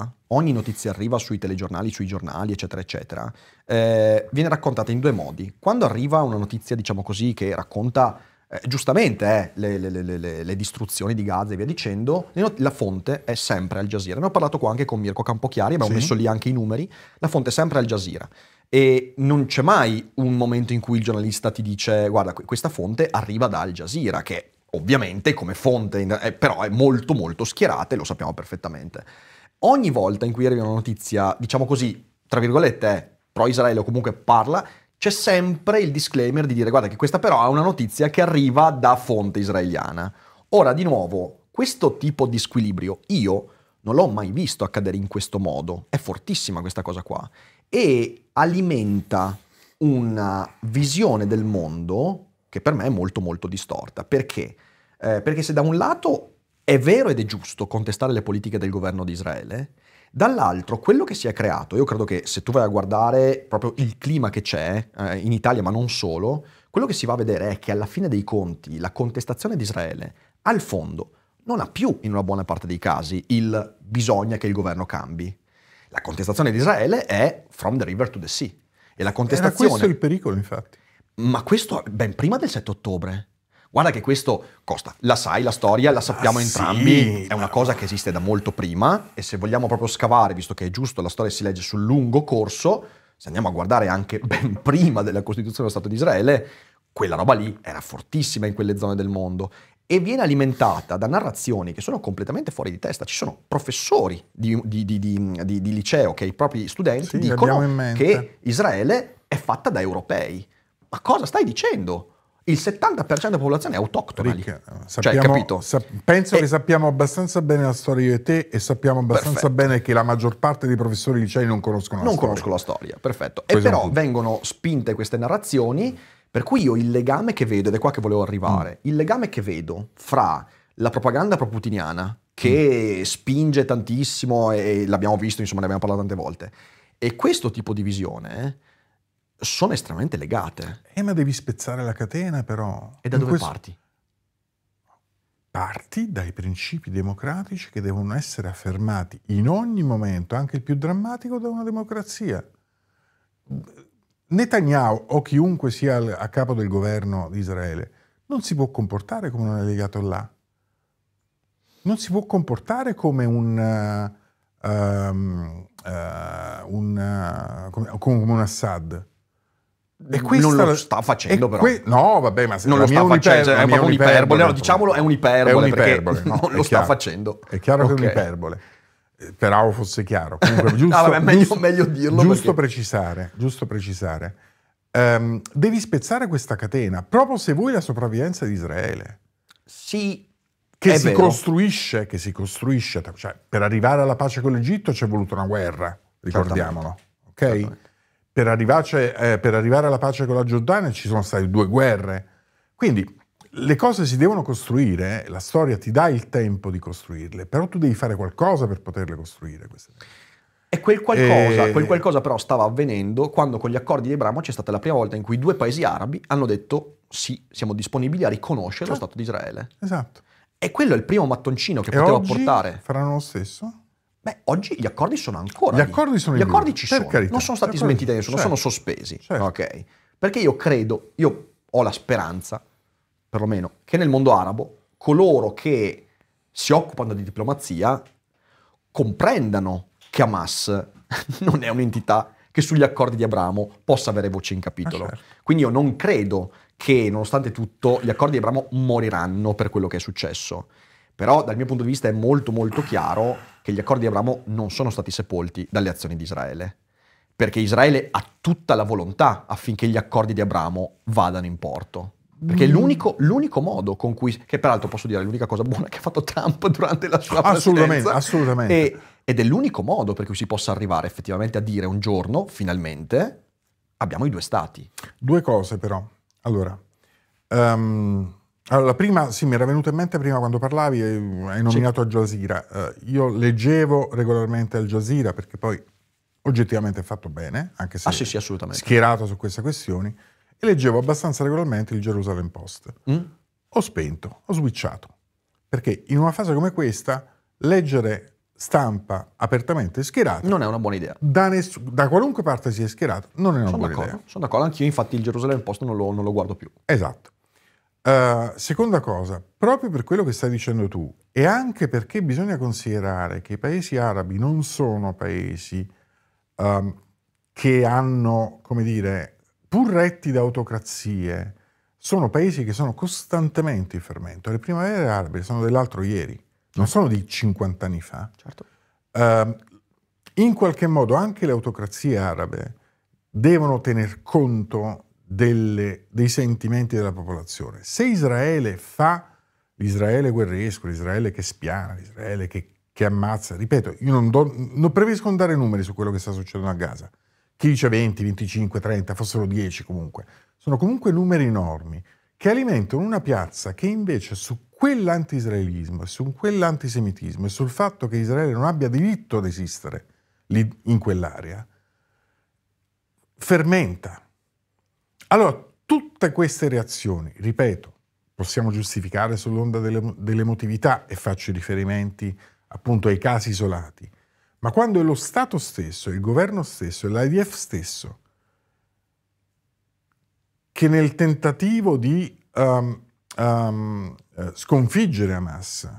arriva sui telegiornali, sui giornali, eccetera, eccetera, viene raccontata in due modi. Quando arriva una notizia, diciamo così, che racconta giustamente le distruzioni di Gaza e via dicendo, la fonte è sempre Al Jazeera. Ne ho parlato qua anche con Mirko Campochiari, abbiamo messo lì anche i numeri, la fonte è sempre Al Jazeera. E non c'è mai un momento in cui il giornalista ti dice guarda, questa fonte arriva da Al Jazeera, che ovviamente come fonte però è molto molto schierata e lo sappiamo perfettamente. Ogni volta in cui arriva una notizia, diciamo così, tra virgolette, pro Israele o comunque parla, c'è sempre il disclaimer di dire guarda che questa però è una notizia che arriva da fonte israeliana. Ora, di nuovo, questo tipo di squilibrio io non l'ho mai visto accadere in questo modo. È fortissima questa cosa qua. E alimenta una visione del mondo che per me è molto molto distorta. Perché? Perché se da un lato è vero ed è giusto contestare le politiche del governo di Israele, dall'altro quello che si è creato, io credo che se tu vai a guardare proprio il clima che c'è in Italia, ma non solo, quello che si va a vedere è che alla fine dei conti la contestazione di Israele al fondo non ha più, in una buona parte dei casi, il bisogna che il governo cambi. La contestazione di Israele è from the river to the sea. E la contestazione... Era questo il pericolo, infatti. Ma questo ben prima del 7 ottobre. Guarda che questo, Costa, la sai, la storia, la sappiamo entrambi, è una cosa che esiste da molto prima e se vogliamo proprio scavare, visto che è giusto, la storia si legge sul lungo corso, se andiamo a guardare anche ben prima della Costituzione dello Stato di Israele, quella roba lì era fortissima in quelle zone del mondo e viene alimentata da narrazioni che sono completamente fuori di testa. Ci sono professori di liceo che i propri studenti dicono che Israele è fatta da europei. Ma cosa stai dicendo? Il 70% della popolazione è autoctona lì. Capito? Penso che sappiamo abbastanza bene la storia io e te e sappiamo abbastanza bene che la maggior parte dei professori licei non conoscono la storia. Non conoscono la storia, perfetto. E però vengono spinte queste narrazioni, per cui io il legame che vedo, ed è qua che volevo arrivare, il legame che vedo fra la propaganda pro-putiniana, che spinge tantissimo, e l'abbiamo visto, insomma ne abbiamo parlato tante volte, e questo tipo di visione... sono estremamente legate. Ma devi spezzare la catena, però. E da dove parti? Parti dai principi democratici che devono essere affermati in ogni momento, anche il più drammatico, da una democrazia. Netanyahu o chiunque sia a capo del governo di Israele non si può comportare come un allegato là. Non si può comportare come come un Assad. non lo sta facendo però. No, vabbè, ma se non lo sta facendo, è proprio un'iperbole. No, diciamolo, è un'iperbole, perché no, non lo sta facendo. È chiaro che è un'iperbole. Speravo fosse chiaro. Comunque, giusto, vabbè, meglio dirlo. Giusto precisare. Devi spezzare questa catena, proprio se vuoi la sopravvivenza di Israele. Sì, che si costruisce, cioè, per arrivare alla pace con l'Egitto ci è voluta una guerra, ricordiamolo, ok? Per arrivare alla pace con la Giordania ci sono state 2 guerre. Quindi le cose si devono costruire, la storia ti dà il tempo di costruirle, però tu devi fare qualcosa per poterle costruire queste. E quel qualcosa però stava avvenendo quando con gli accordi di Abramo c'è stata la prima volta in cui 2 paesi arabi hanno detto sì, siamo disponibili a riconoscere lo Stato di Israele. Esatto. E quello è il primo mattoncino che poteva portare. Faranno lo stesso? Beh, oggi gli accordi sono ancora Gli accordi sono Gli accordi ci sono, carità, non sono stati smentiti da nessuno, sono sospesi. Certo. Ok? Perché io ho la speranza, perlomeno, che nel mondo arabo coloro che si occupano di diplomazia comprendano che Hamas non è un'entità che sugli accordi di Abramo possa avere voce in capitolo. Certo. Quindi io non credo che, nonostante tutto, gli accordi di Abramo moriranno per quello che è successo. Però dal mio punto di vista è molto molto chiaro che gli accordi di Abramo non sono stati sepolti dalle azioni di Israele. Perché Israele ha tutta la volontà affinché gli accordi di Abramo vadano in porto. Perché l'unico modo con cui, che peraltro posso dire è l'unica cosa buona che ha fatto Trump durante la sua presidenza. Assolutamente. Ed è l'unico modo per cui si possa arrivare effettivamente a dire un giorno, finalmente, abbiamo i 2 stati. 2 cose però. Allora, la prima, sì, mi era venuta in mente prima quando parlavi, hai nominato Al Jazeera. Io leggevo regolarmente Al Jazeera perché poi oggettivamente è fatto bene, anche se sì, assolutamente. Schierato su queste questioni, e leggevo abbastanza regolarmente il Jerusalem Post. Ho spento, ho switchato, perché in una fase come questa leggere stampa apertamente schierata non è una buona idea. Da qualunque parte sia schierato non è una buona idea. Sono d'accordo, anch'io infatti il Jerusalem Post non lo guardo più. Esatto. Seconda cosa, proprio per quello che stai dicendo tu, e anche perché bisogna considerare che i paesi arabi non sono paesi che hanno, come dire, pur retti da autocrazie, sono paesi che sono costantemente in fermento. Le primavere arabe sono dell'altro ieri, non sono di 50 anni fa. Certo. In qualche modo anche le autocrazie arabe devono tener conto dei sentimenti della popolazione. Se Israele fa l'Israele guerresco, l'Israele che spiana, l'Israele che ammazza, ripeto, io non preferisco non dare numeri su quello che sta succedendo a Gaza. Chi dice 20, 25, 30, fossero 10 comunque. Sono comunque numeri enormi che alimentano una piazza che invece su quell'anti-israelismo, su quell'antisemitismo e sul fatto che Israele non abbia diritto ad esistere lì in quell'area, fermenta. Allora, tutte queste reazioni, ripeto, possiamo giustificare sull'onda dell'emotività e faccio riferimenti appunto ai casi isolati, ma quando è lo Stato stesso, il governo stesso e l'IDF stesso che nel tentativo di sconfiggere Hamas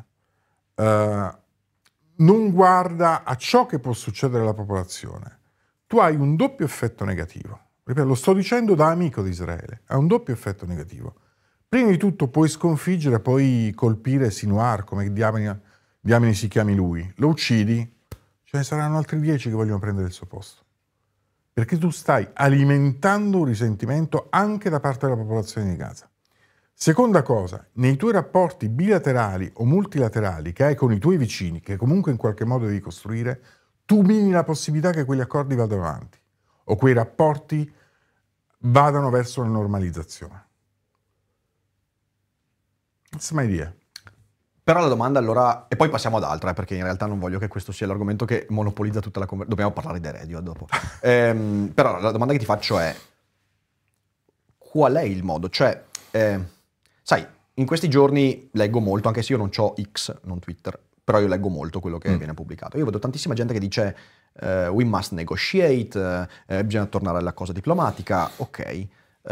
non guarda a ciò che può succedere alla popolazione, tu hai un doppio effetto negativo. Ripeto, lo sto dicendo da amico di Israele, ha un doppio effetto negativo. Prima di tutto puoi sconfiggere, puoi colpire Sinwar, come diamine si chiami lui, lo uccidi, ce ne saranno altri 10 che vogliono prendere il suo posto. Perché tu stai alimentando un risentimento anche da parte della popolazione di Gaza. Seconda cosa, nei tuoi rapporti bilaterali o multilaterali che hai con i tuoi vicini, che comunque in qualche modo devi costruire, tu mini la possibilità che quegli accordi vadano avanti o quei rapporti vadano verso la normalizzazione. That's my idea. Però la domanda allora, e poi passiamo ad altra, perché in realtà non voglio che questo sia l'argomento che monopolizza tutta la conversazione, dobbiamo parlare dei radio dopo. Però la domanda che ti faccio è, qual è il modo? Cioè, sai, in questi giorni leggo molto, anche se io non ho X, non Twitter, però io leggo molto quello che viene pubblicato. Io vedo tantissima gente che dice we must negotiate, bisogna tornare alla cosa diplomatica, ok.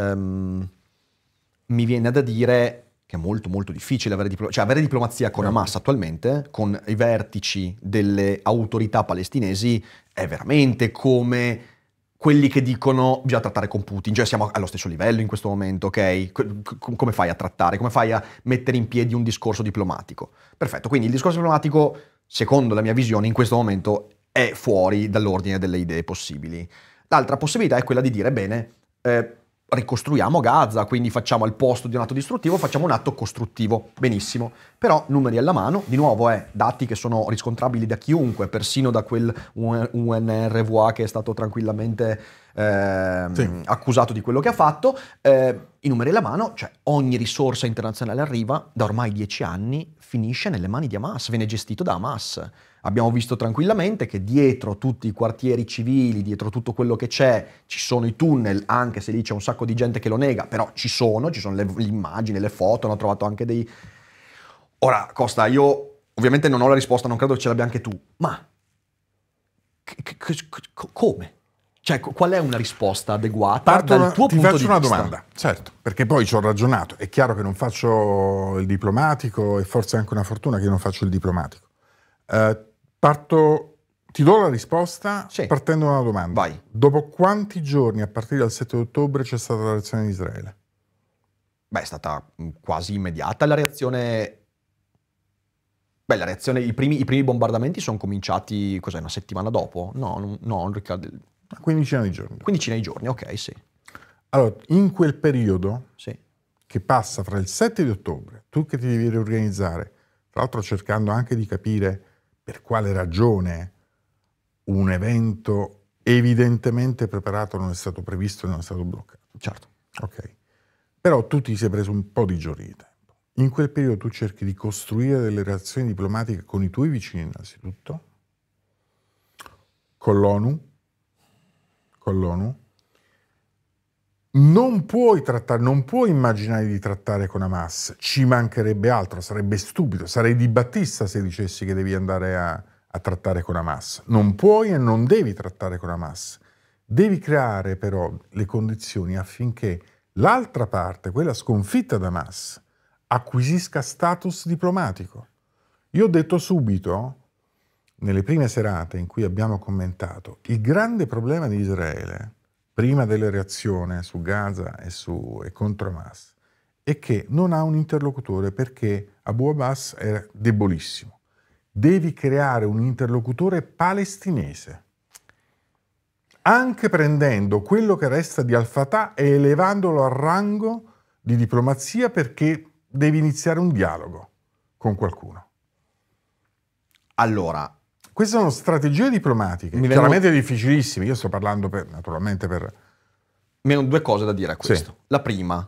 Mi viene da dire che è molto molto difficile avere diplomazia con Hamas attualmente, con i vertici delle autorità palestinesi, è veramente come quelli che dicono bisogna trattare con Putin, cioè siamo allo stesso livello in questo momento, ok? Come fai a trattare? Come fai a mettere in piedi un discorso diplomatico? Perfetto, quindi il discorso diplomatico, secondo la mia visione, in questo momento è fuori dall'ordine delle idee possibili. L'altra possibilità è quella di dire, bene, ricostruiamo Gaza, quindi facciamo al posto di un atto distruttivo, facciamo un atto costruttivo. Benissimo. Però numeri alla mano, di nuovo dati che sono riscontrabili da chiunque, persino da quel UNRWA che è stato tranquillamente accusato di quello che ha fatto. I numeri alla mano, cioè ogni risorsa internazionale arriva, da ormai 10 anni, finisce nelle mani di Hamas, viene gestito da Hamas. Abbiamo visto tranquillamente che dietro tutti i quartieri civili, dietro tutto quello che c'è, ci sono i tunnel, anche se lì c'è un sacco di gente che lo nega, però ci sono le immagini, le foto, hanno trovato anche dei... Ora, Costa, io ovviamente non ho la risposta, non credo che ce l'abbia anche tu, ma come? Cioè, qual è una risposta adeguata dal tuo punto di vista? Ti faccio una domanda, certo, perché poi ci ho ragionato. È chiaro che non faccio il diplomatico e forse è anche una fortuna che io non faccio il diplomatico. Ti do la risposta partendo da una domanda. Vai. Dopo quanti giorni a partire dal 7 ottobre c'è stata la reazione di Israele? Beh, è stata quasi immediata la reazione. Beh, la reazione, i primi bombardamenti sono cominciati, cos'è, una settimana dopo? No, non ricordo. Una quindicina di giorni. Quindicina di giorni, ok, sì. Allora, in quel periodo sì. che passa fra il 7 di ottobre, tu che ti devi riorganizzare, tra l'altro cercando anche di capire per quale ragione un evento evidentemente preparato non è stato previsto e non è stato bloccato. Certo. Ok. Però tu ti sei preso un po' di giorni di tempo. In quel periodo tu cerchi di costruire delle relazioni diplomatiche con i tuoi vicini innanzitutto, con l'ONU. Non puoi immaginare di trattare con Hamas, ci mancherebbe altro, sarebbe stupido, sarei Di Battista se dicessi che devi andare a trattare con Hamas. Non puoi e non devi trattare con Hamas. Devi creare però le condizioni affinché l'altra parte, quella sconfitta da Hamas, acquisisca status diplomatico. Io ho detto subito, nelle prime serate in cui abbiamo commentato, il grande problema di Israele, prima delle reazioni su Gaza e contro Hamas, è che non ha un interlocutore perché Abu Abbas è debolissimo. Devi creare un interlocutore palestinese, anche prendendo quello che resta di Al-Fatah e elevandolo al rango di diplomazia, perché devi iniziare un dialogo con qualcuno. Allora, queste sono strategie diplomatiche, chiaramente difficilissime. Io sto parlando naturalmente per... Meno due cose da dire a questo. Sì. La prima,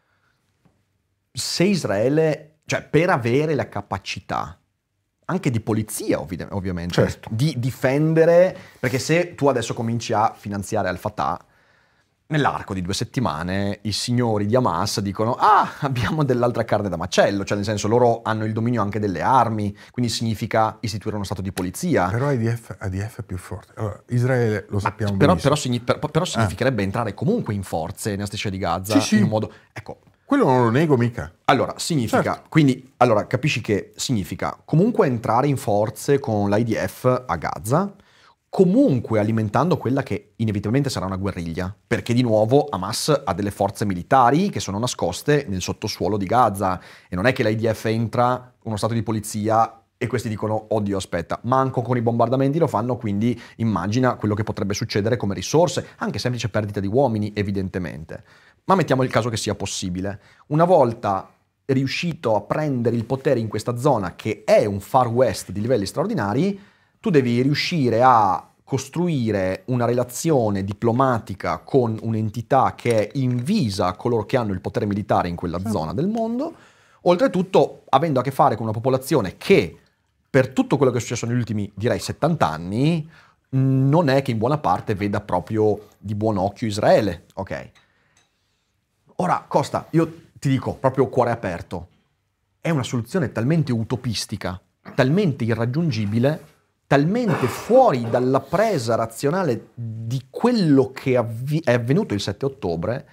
se Israele, cioè per avere la capacità, anche di polizia ovviamente, certo, di difendere, perché se tu adesso cominci a finanziare Al-Fatah, nell'arco di 2 settimane i signori di Hamas dicono abbiamo dell'altra carne da macello, cioè nel senso loro hanno il dominio anche delle armi, quindi significa istituire uno stato di polizia. Però ADF è più forte. Allora, Israele lo sappiamo però significherebbe entrare comunque in forze nella striscia di Gaza in un modo... Ecco, quello non lo nego mica. Allora, significa, certo. Quindi, allora, capisci che significa comunque entrare in forze con l'IDF a Gaza, comunque alimentando quella che inevitabilmente sarà una guerriglia, perché di nuovo Hamas ha delle forze militari che sono nascoste nel sottosuolo di Gaza e non è che l'IDF entra uno stato di polizia e questi dicono oddio aspetta, manco con i bombardamenti lo fanno, quindi immagina quello che potrebbe succedere come risorse, anche semplice perdita di uomini evidentemente. Ma mettiamo il caso che sia possibile. Una volta riuscito a prendere il potere in questa zona che è un far west di livelli straordinari, tu devi riuscire a costruire una relazione diplomatica con un'entità che è invisa a coloro che hanno il potere militare in quella zona del mondo, oltretutto avendo a che fare con una popolazione che, per tutto quello che è successo negli ultimi, direi, 70 anni, non è che in buona parte veda proprio di buon occhio Israele. Ok. Ora, Costa, io ti dico, proprio cuore aperto, è una soluzione talmente utopistica, talmente irraggiungibile, talmente fuori dalla presa razionale di quello che è avvenuto il 7 ottobre.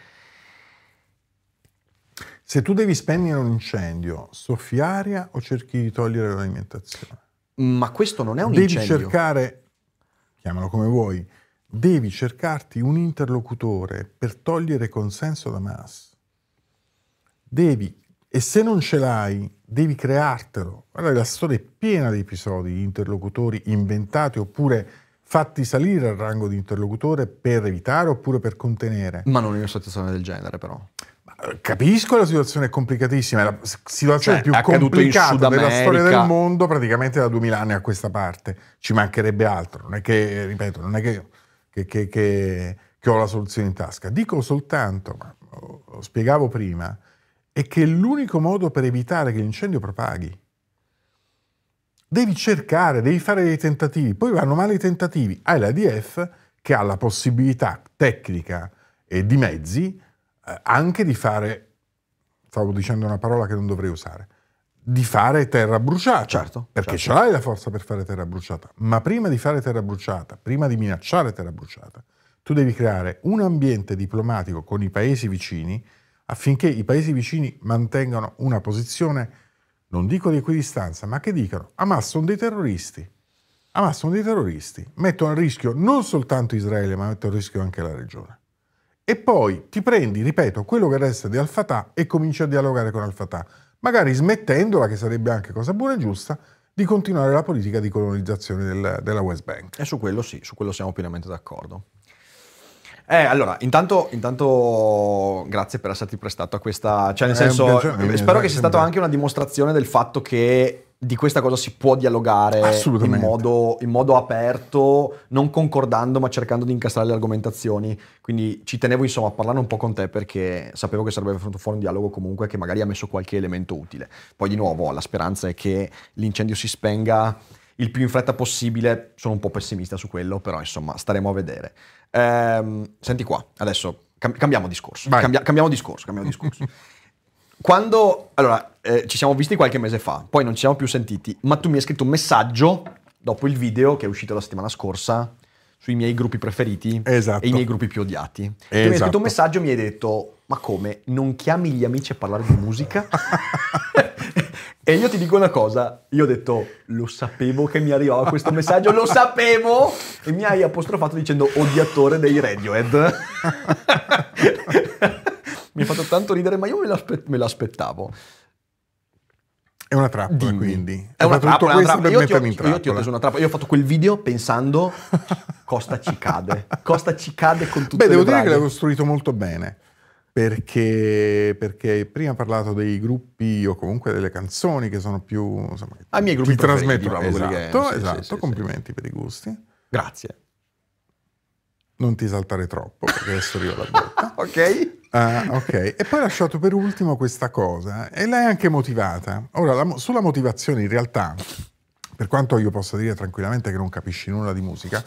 Se tu devi spegnere un incendio, soffi aria o cerchi di togliere l'alimentazione? Ma questo non è un incendio. Devi cercare, chiamalo come vuoi, devi cercarti un interlocutore per togliere consenso da Hamas. E se non ce l'hai, devi creartelo. Guarda, la storia è piena di episodi di interlocutori inventati oppure fatti salire al rango di interlocutore per evitare oppure per contenere. Ma non in una situazione del genere, però. Capisco, la situazione è complicatissima, è la situazione più accaduto in complicata Sud della America. storia del mondo praticamente da 2000 anni a questa parte. Ci mancherebbe altro, non è che, ripeto, non è che ho la soluzione in tasca. Dico soltanto, ma lo spiegavo prima, è che l'unico modo per evitare che l'incendio propaghi. Devi cercare, devi fare dei tentativi, poi vanno male i tentativi. Hai l'ADF che ha la possibilità tecnica e di mezzi anche di fare, stavo dicendo una parola che non dovrei usare, di fare terra bruciata. Certo, perché certo. ce l'hai la forza per fare terra bruciata. Ma prima di fare terra bruciata, prima di minacciare terra bruciata, tu devi creare un ambiente diplomatico con i paesi vicini affinché i paesi vicini mantengano una posizione, non dico di equidistanza, ma che dicano: Hamas sono dei terroristi. Hamas sono dei terroristi. Mettono a rischio non soltanto Israele, ma mettono a rischio anche la regione. E poi ti prendi, ripeto, quello che resta di Al-Fatah e cominci a dialogare con Al-Fatah, magari smettendola, che sarebbe anche cosa buona e giusta, di continuare la politica di colonizzazione della West Bank. E su quello sì, su quello siamo pienamente d'accordo. Allora, intanto grazie per esserti prestato a questa... Cioè, nel senso, spero che sia stata anche una dimostrazione del fatto che di questa cosa si può dialogare in modo aperto, non concordando, ma cercando di incastrare le argomentazioni. Quindi ci tenevo, insomma, a parlare un po' con te perché sapevo che sarebbe venuto fuori un dialogo comunque che magari ha messo qualche elemento utile. Poi, di nuovo, la speranza è che l'incendio si spenga il più in fretta possibile. Sono un po' pessimista su quello, però, insomma, staremo a vedere. Senti qua, adesso cambiamo discorso. Cambiamo discorso. Quando ci siamo visti qualche mese fa, poi non ci siamo più sentiti, ma tu mi hai scritto un messaggio dopo il video che è uscito la settimana scorsa sui miei gruppi preferiti e i miei gruppi più odiati. Tu mi hai scritto un messaggio e mi hai detto: ma come, non chiami gli amici a parlare di musica? E io ti dico una cosa, io ho detto: lo sapevo che mi arrivava questo messaggio, lo sapevo! E mi hai apostrofato dicendo odiatore dei Radiohead. Mi ha fatto tanto ridere, ma io me l'aspettavo. È una trappola, quindi. È una trappola. Io ti ho preso una trappola. Io ho fatto quel video pensando Costa ci cade con tutte le devo dire braghe. che l'hai costruito molto bene. Perché prima hai parlato dei gruppi o comunque delle canzoni che sono più, insomma, ai miei gruppi trasmettono. Esatto, sì, complimenti per i gusti. Grazie. Non ti saltare troppo perché adesso arriva la botta. Ok. Ok. E poi hai lasciato per ultimo questa cosa e l'hai anche motivata. Ora, sulla motivazione, in realtà, per quanto io possa dire tranquillamente che non capisci nulla di musica,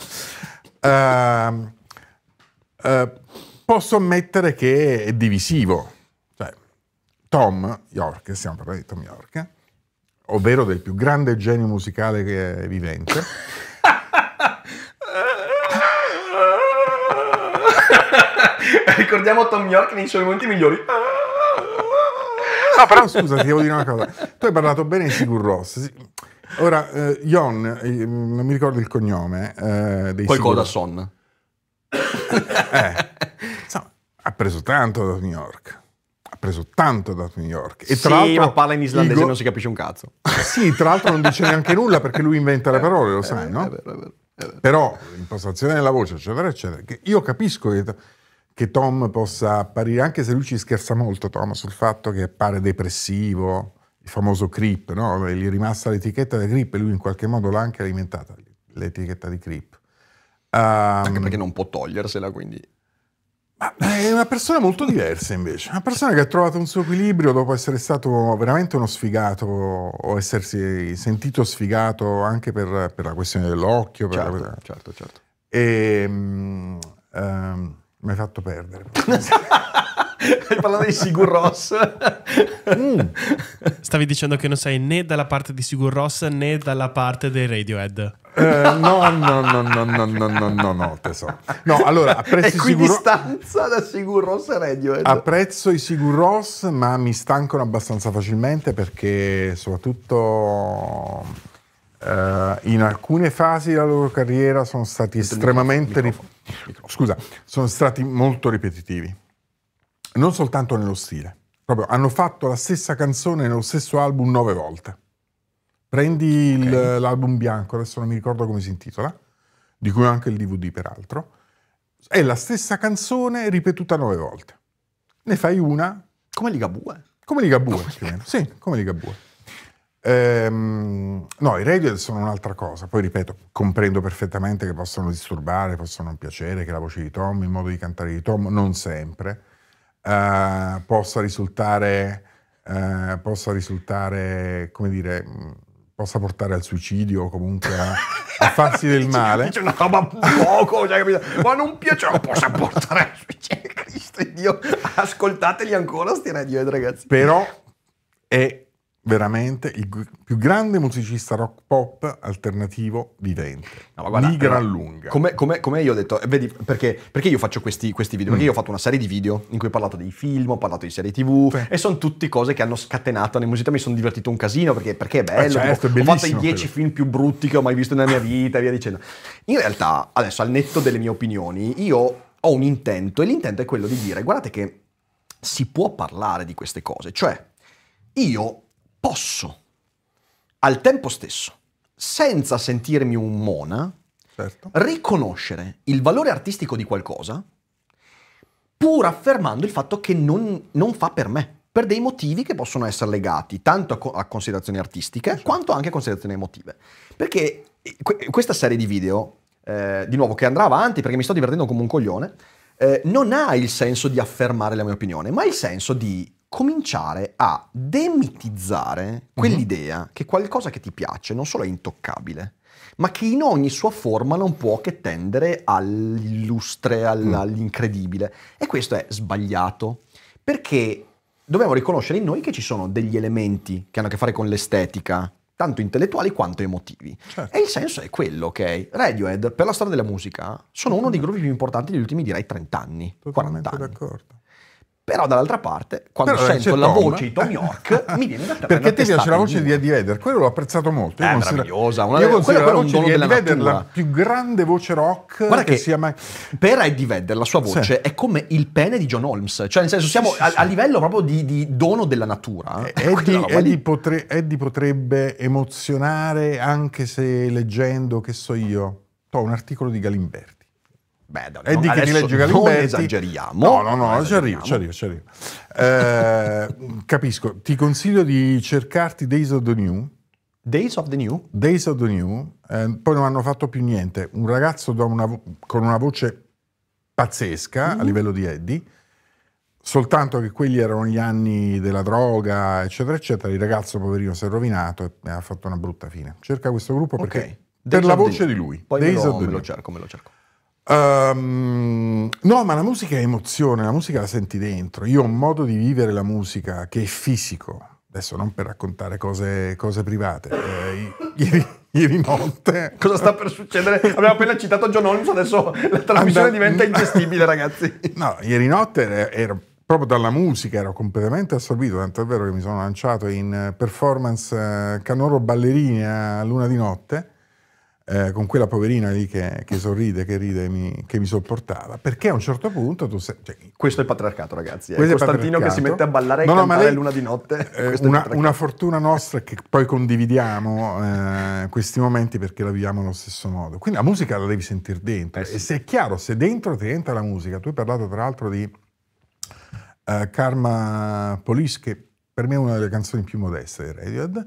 posso ammettere che è divisivo. Cioè, Thom Yorke, stiamo parlando di Thom Yorke, ovvero del più grande genio musicale che è vivente. Ricordiamo Thom Yorke nei suoi momenti migliori. No, però scusa, ti devo dire una cosa. Tu hai parlato bene di Sigur Rós. Ora, Jon, non mi ricordo il cognome. Qualcosa Son. Insomma, ha preso tanto da New York. E tra l'altro, ma parla in islandese e non si capisce un cazzo. Sì, tra l'altro non dice neanche nulla perché lui inventa le parole, lo sai, no? È vero. Però l'impostazione della voce, eccetera, eccetera, che io capisco che Thom possa apparire, anche se lui ci scherza molto, Thom, sul fatto che appare depressivo, il famoso creep, no? Gli è rimasta l'etichetta di creep e lui in qualche modo l'ha anche alimentata, l'etichetta di creep. Anche perché non può togliersela, quindi... Ma è una persona molto diversa invece, una persona che ha trovato un suo equilibrio dopo essere stato veramente uno sfigato o essersi sentito sfigato anche per la questione dell'occhio. Certo. E mi hai fatto perdere. Stai parlando di Sigur Rós. Stavi dicendo che non sei né dalla parte di Sigur Rós né dalla parte dei Radiohead. No, tesoro. No, allora apprezzo equidistanza da Sigur Rós e Radiohead. Apprezzo i Sigur Rós, ma mi stancano abbastanza facilmente perché soprattutto in alcune fasi della loro carriera sono stati estremamente scusa, sono stati molto ripetitivi. Non soltanto nello stile. Proprio hanno fatto la stessa canzone nello stesso album 9 volte. Prendi l'album bianco, adesso non mi ricordo come si intitola, di cui ho anche il DVD peraltro, è la stessa canzone ripetuta 9 volte. Ne fai una... Come Ligabue. Come Ligabue, più o meno. Sì, come Ligabue. No, i Radiohead sono un'altra cosa. Poi ripeto, comprendo perfettamente che possano disturbare, possano non piacere, che la voce di Tom, il modo di cantare di Tom, non sempre, possa risultare, come dire, possa portare al suicidio o comunque a farsi del male. C'è una roba poco, cioè, capito? Ma non piace, non possa portare al suicidio. Cristo Dio, ascoltateli ancora sti Radiohead, ragazzi. Però è veramente il più grande musicista rock pop alternativo vivente, no, ma guarda, di gran lunga. Come io ho detto, vedi, perché io faccio questi video? Perché io ho fatto una serie di video in cui ho parlato dei film, ho parlato di serie TV, e sono tutte cose che hanno scatenato la musica. Mi sono divertito un casino perché è bello. Certo, tipo, è ho fatto i 10 quello. film più brutti che ho mai visto nella mia vita e via dicendo. In realtà, adesso al netto delle mie opinioni, io ho un intento, e l'intento è quello di dire: guardate che si può parlare di queste cose, cioè io posso al tempo stesso, senza sentirmi un mona, Certo. riconoscere il valore artistico di qualcosa, pur affermando il fatto che non fa per me, per dei motivi che possono essere legati tanto a considerazioni artistiche quanto anche a considerazioni emotive. Perché questa serie di video, di nuovo, che andrà avanti perché mi sto divertendo come un coglione, non ha il senso di affermare la mia opinione, ma il senso di cominciare a demitizzare quell'idea che qualcosa che ti piace non solo è intoccabile, ma che in ogni sua forma non può che tendere all'illustre, all'incredibile. E questo è sbagliato, perché dobbiamo riconoscere in noi che ci sono degli elementi che hanno a che fare con l'estetica, tanto intellettuali quanto emotivi. Certo. E il senso è quello, ok? Radiohead, per la storia della musica, sono uno dei gruppi più importanti degli ultimi, direi, 30 anni, Totalmente 40 anni. d'accordo. Però dall'altra parte, quando Però sento c'è la Tom. voce di Tom York, mi viene da Perché ti piace la voce di Eddie Vedder? Quello l'ho apprezzato molto. È meravigliosa. Io considero la quello è un voce dono di della Eddie Vedder natura. la più grande voce rock Guarda che sia mai... per Eddie Vedder la sua voce Sì. è come il pene di John Holmes, cioè nel senso siamo a livello proprio di dono della natura. Quella roba lì. Eddie potrebbe emozionare anche se leggendo, che so io, un articolo di Galimberti. Beh, Eddie che adesso rilegge Galimberti. non esageriamo. No, ci arrivo. Capisco. Ti consiglio di cercarti Days of the New. Days of the New? Days of the New. Poi non hanno fatto più niente. Un ragazzo con una voce pazzesca a livello di Eddie. Soltanto che quelli erano gli anni della droga, eccetera, eccetera. Il ragazzo poverino si è rovinato e ha fatto una brutta fine. Cerca questo gruppo perché per Days la of the voce New. di lui. Poi Days of the me lo New. cerco. No, ma la musica è emozione, la musica la senti dentro. Io ho un modo di vivere la musica che è fisico. Adesso non per raccontare cose private. Ieri notte... Cosa sta per succedere? Abbiamo appena citato John Holmes, adesso la trasmissione diventa ingestibile, ragazzi. No, ieri notte ero proprio dalla musica, ero completamente assorbito, tanto è vero che mi sono lanciato in performance canoro ballerini a luna di notte, con quella poverina lì che sorride, che ride, che mi sopportava, perché a un certo punto tu sei... Questo è il patriarcato, ragazzi. È Questo è Costantino che si mette a ballare e No, cantare lei- luna di notte. Questo è il una patriarcato. fortuna nostra è che poi condividiamo questi momenti perché la viviamo allo stesso modo. Quindi la musica la devi sentire dentro. Sì. E se è chiaro, se dentro ti entra la musica, tu hai parlato tra l'altro di Karma Police, che per me è una delle canzoni più modeste di Radiohead.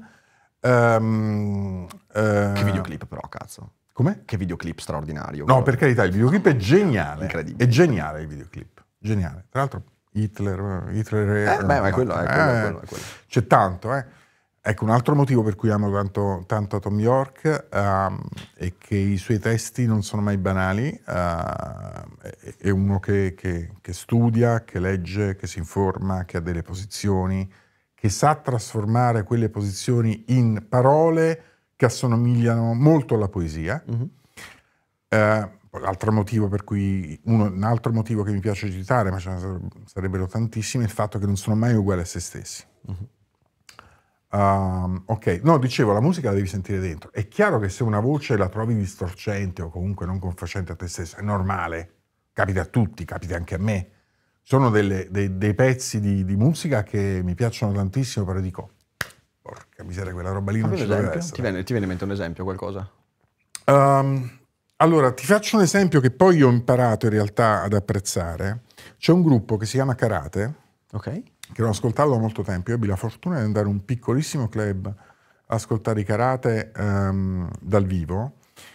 Che videoclip però, cazzo. Come? Che videoclip straordinario. No, quello. per carità, il videoclip è geniale. Incredibile. È geniale il videoclip. Geniale. Tra l'altro Hitler Ma è quello. C'è tanto, Ecco, un altro motivo per cui amo tanto Tom York è che i suoi testi non sono mai banali, è uno che studia, che legge, che si informa, che ha delle posizioni, che sa trasformare quelle posizioni in parole che assomigliano molto alla poesia. L'altro motivo per cui un altro motivo che mi piace citare, ma ce ne sarebbero tantissimi, è il fatto che non sono mai uguali a se stessi. Ok, no, dicevo, la musica la devi sentire dentro. È chiaro che se una voce la trovi distorcente o comunque non confacente a te stessa, è normale, capita a tutti, capita anche a me. Sono dei pezzi di musica che mi piacciono tantissimo, però dico, porca miseria, quella roba lì non ci deve essere. Ti viene in mente un esempio, qualcosa? Allora, ti faccio un esempio che poi ho imparato in realtà ad apprezzare. C'è un gruppo che si chiama Karate, Ok. che l'ho ascoltato da molto tempo. Io ebbi la fortuna di andare a un piccolissimo club a ascoltare i Karate dal vivo.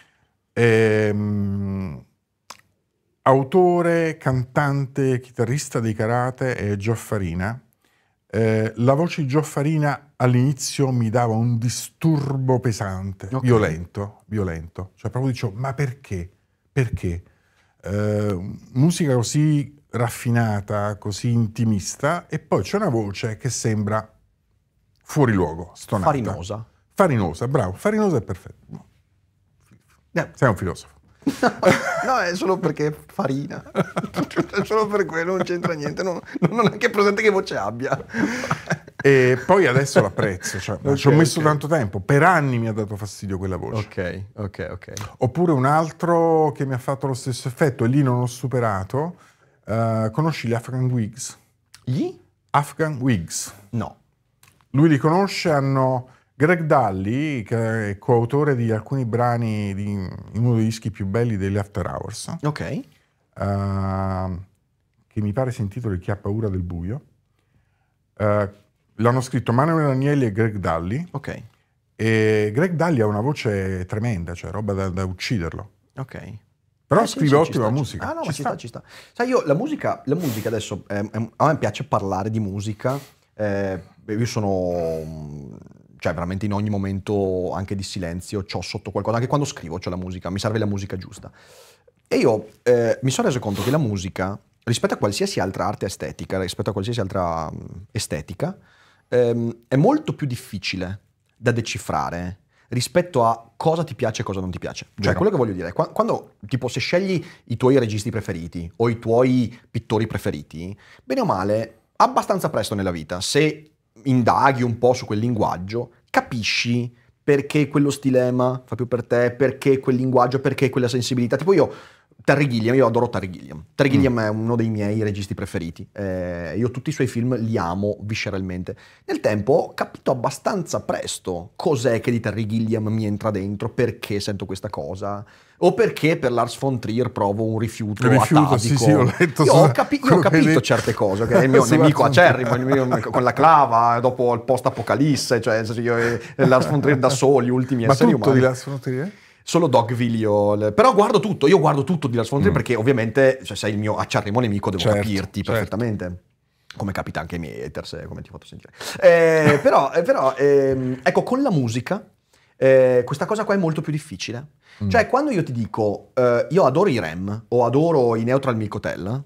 Autore, cantante, chitarrista dei Karate è Joe Farina. La voce di Joe Farina all'inizio mi dava un disturbo pesante, violento. Cioè proprio dicevo, ma perché? Perché? Musica così raffinata, così intimista, e poi c'è una voce che sembra fuori luogo, stonata. Farinosa, bravo, farinosa è perfetto. Sei un filosofo. No, è solo perché farina. È solo per quello, non c'entra niente. Non ho neanche presente che voce abbia. E poi adesso l'apprezzo. Cioè, ci ho messo tanto tempo. Per anni mi ha dato fastidio quella voce. Ok. Oppure un altro che mi ha fatto lo stesso effetto, e lì non ho superato. Conosci gli Afghan Wigs? Gli? Afghan Wigs. No. Lui li conosce, hanno... Greg Dulli, che è coautore di alcuni brani di uno dei dischi più belli degli After Hours, Ok. che mi pare si intitola Chi ha paura del buio. L'hanno scritto Manuel Agnelli e Greg Dulli. Ok. E Greg Dulli ha una voce tremenda, cioè roba da ucciderlo. Ok. Però scrive ottima ci musica. Ah no, ma ci sta. Sai, io la musica adesso, a me piace parlare di musica. Io sono... Cioè, veramente in ogni momento, anche di silenzio, c'ho sotto qualcosa. Anche quando scrivo c'ho la musica, mi serve la musica giusta. E io mi sono reso conto che la musica, rispetto a qualsiasi altra arte estetica, rispetto a qualsiasi altra estetica, è molto più difficile da decifrare rispetto a cosa ti piace e cosa non ti piace. Cioè, quello che voglio dire, quando, tipo, se scegli i tuoi registi preferiti o i tuoi pittori preferiti, bene o male, abbastanza presto nella vita, se indaghi un po' su quel linguaggio, capisci perché quello stilema fa più per te, perché quel linguaggio, perché quella sensibilità. Tipo io adoro Terry Gilliam. Terry Gilliam è uno dei miei registi preferiti. Io tutti i suoi film li amo visceralmente. Nel tempo ho capito abbastanza presto cos'è che di Terry Gilliam mi entra dentro, perché sento questa cosa, o perché per Lars von Trier provo un rifiuto atavico. Sì, ho letto. Io ho capito certe cose, okay? Il mio nemico acerrimo, con la clava, dopo il post-apocalisse, cioè io e Lars von Trier da soli, ultimi esseri umani. Ma tutto di Lars von Trier? Solo Dogville però guardo tutto di Lars von Trier, perché ovviamente, cioè, sei il mio acerrimo nemico, devo capirti perfettamente, come capita anche ai miei haters, come ti ho fatto sentire. Però ecco, con la musica questa cosa qua è molto più difficile. Cioè, quando io ti dico io adoro i REM o adoro i Neutral Milk Hotel,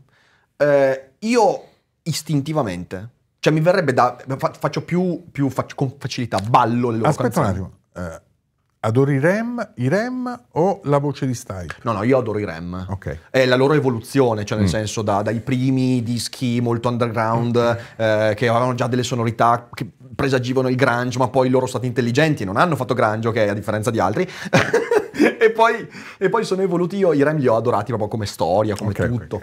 io istintivamente, cioè mi verrebbe faccio con facilità, ballo le loro canzoni. Aspetta un attimo. Adori i REM o la voce di Style? No, io adoro i REM. Ok. È la loro evoluzione, cioè nel senso dai primi dischi molto underground che avevano già delle sonorità che presagivano il grunge, ma poi loro stati intelligenti e non hanno fatto grunge, ok, a differenza di altri. e poi sono evoluti. Io i REM li ho adorati proprio come storia, come tutto.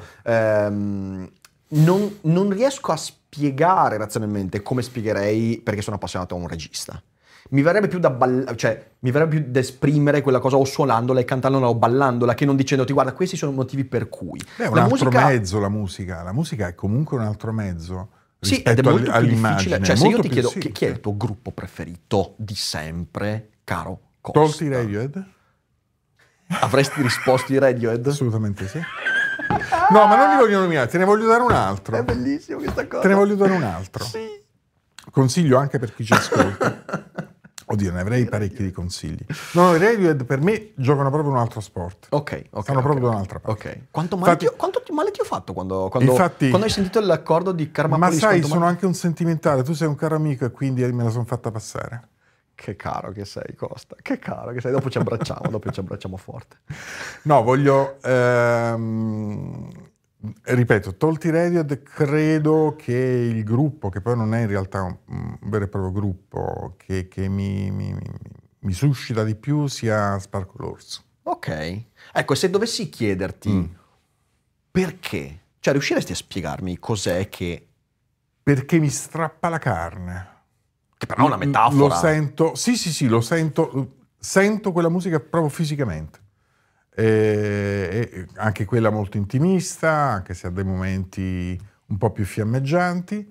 Non riesco a spiegare razionalmente come spiegherei perché sono appassionato a un regista. Mi verrebbe più mi verrebbe più da esprimere quella cosa o suonandola e cantandola o ballandola, che non dicendoti guarda, questi sono i motivi per cui. È un altro mezzo la musica. La musica è comunque un altro mezzo. Sì, ed è molto più difficile. Cioè, se io ti chiedo sì, chi è il tuo gruppo preferito di sempre, caro Costa? Tolti Radiohead? Avresti risposto i Radiohead? Assolutamente sì. No, ma non li voglio nominare, te ne voglio dare un altro. È bellissimo questa cosa. Te ne voglio dare un altro. Sì. Consiglio anche per chi ci ascolta. Oddio, ne avrei parecchi di consigli. No, i Radiohead per me giocano proprio un altro sport. Ok. Stanno proprio da un'altra parte. Ok. Quanto male ti ho fatto quando hai sentito l'accordo di Karma Ma Police? sai, sono anche un sentimentale. Tu sei un caro amico e quindi me la sono fatta passare. Che caro che sei, Costa. Che caro che sei. Dopo ci abbracciamo forte. No, voglio ripeto, tolti Radiohead, credo che il gruppo, che poi non è in realtà un vero e proprio gruppo, che mi suscita di più sia Sparklers. Ok. Ecco, se dovessi chiederti perché, cioè riusciresti a spiegarmi cos'è che... Perché mi strappa la carne. Che però è una metafora. Lo sento, sì, lo sento quella musica proprio fisicamente. E anche quella molto intimista, anche se ha dei momenti un po' più fiammeggianti.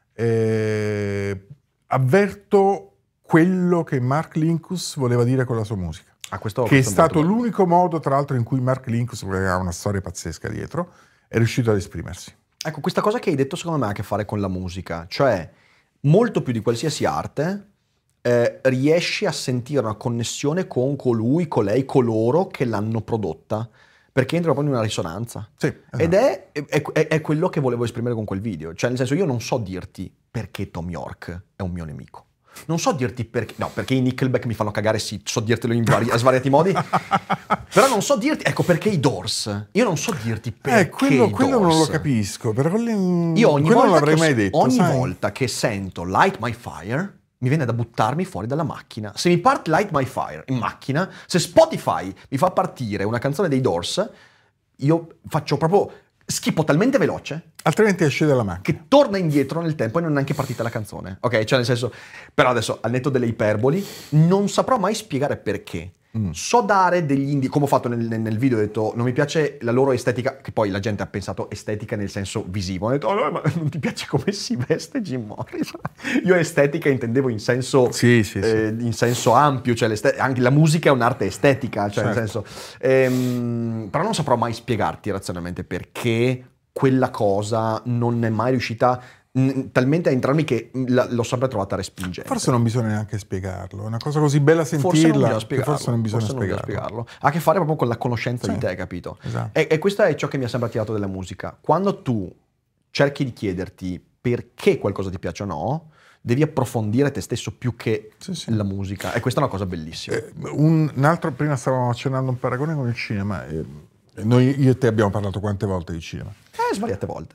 Avverto quello che Mark Linkous voleva dire con la sua musica. Che è stato l'unico modo, tra l'altro, in cui Mark Linkous, che ha una storia pazzesca dietro, è riuscito ad esprimersi. Ecco, questa cosa che hai detto secondo me ha a che fare con la musica, cioè molto più di qualsiasi arte riesci a sentire una connessione con colui, colei, coloro che l'hanno prodotta, perché entra proprio in una risonanza. Sì, esatto. Ed è quello che volevo esprimere con quel video, cioè nel senso io non so dirti perché Tom York è un mio nemico. Non so dirti perché, no, perché i Nickelback mi fanno cagare, sì, so dirtelo in svariati modi, però non so dirti, ecco, perché i Doors. Io non so dirti perché quello non lo capisco, però io ogni volta non l'avrei mai detto. Ogni volta che sento Light My Fire, mi viene da buttarmi fuori dalla macchina. Se mi parte Light My Fire in macchina, se Spotify mi fa partire una canzone dei Doors, io faccio proprio... schippo talmente veloce, altrimenti esce dalla macchina, che torna indietro nel tempo e non è neanche partita la canzone. Ok, cioè nel senso, però adesso al netto delle iperboli non saprò mai spiegare perché. So dare degli indizi, come ho fatto nel video, ho detto non mi piace la loro estetica, che poi la gente ha pensato estetica nel senso visivo, ho detto no, ma non ti piace come si veste Jim Morrison? Io estetica intendevo in senso in senso ampio, cioè anche la musica è un'arte estetica, cioè nel senso però non saprò mai spiegarti razionalmente perché quella cosa non è mai riuscita talmente a entrarmi che l'ho sempre trovata respingente. Forse non bisogna neanche spiegarlo, è una cosa così bella sentirla, forse non bisogna spiegarlo. Ha a che fare proprio con la conoscenza di te, capito? Esatto. E questo è ciò che mi ha sempre attirato della musica. Quando tu cerchi di chiederti perché qualcosa ti piace o no, devi approfondire te stesso più che la musica, e questa è una cosa bellissima. Un altro, prima stavamo accennando un paragone con il cinema, io e te abbiamo parlato quante volte di cinema? Svariate volte.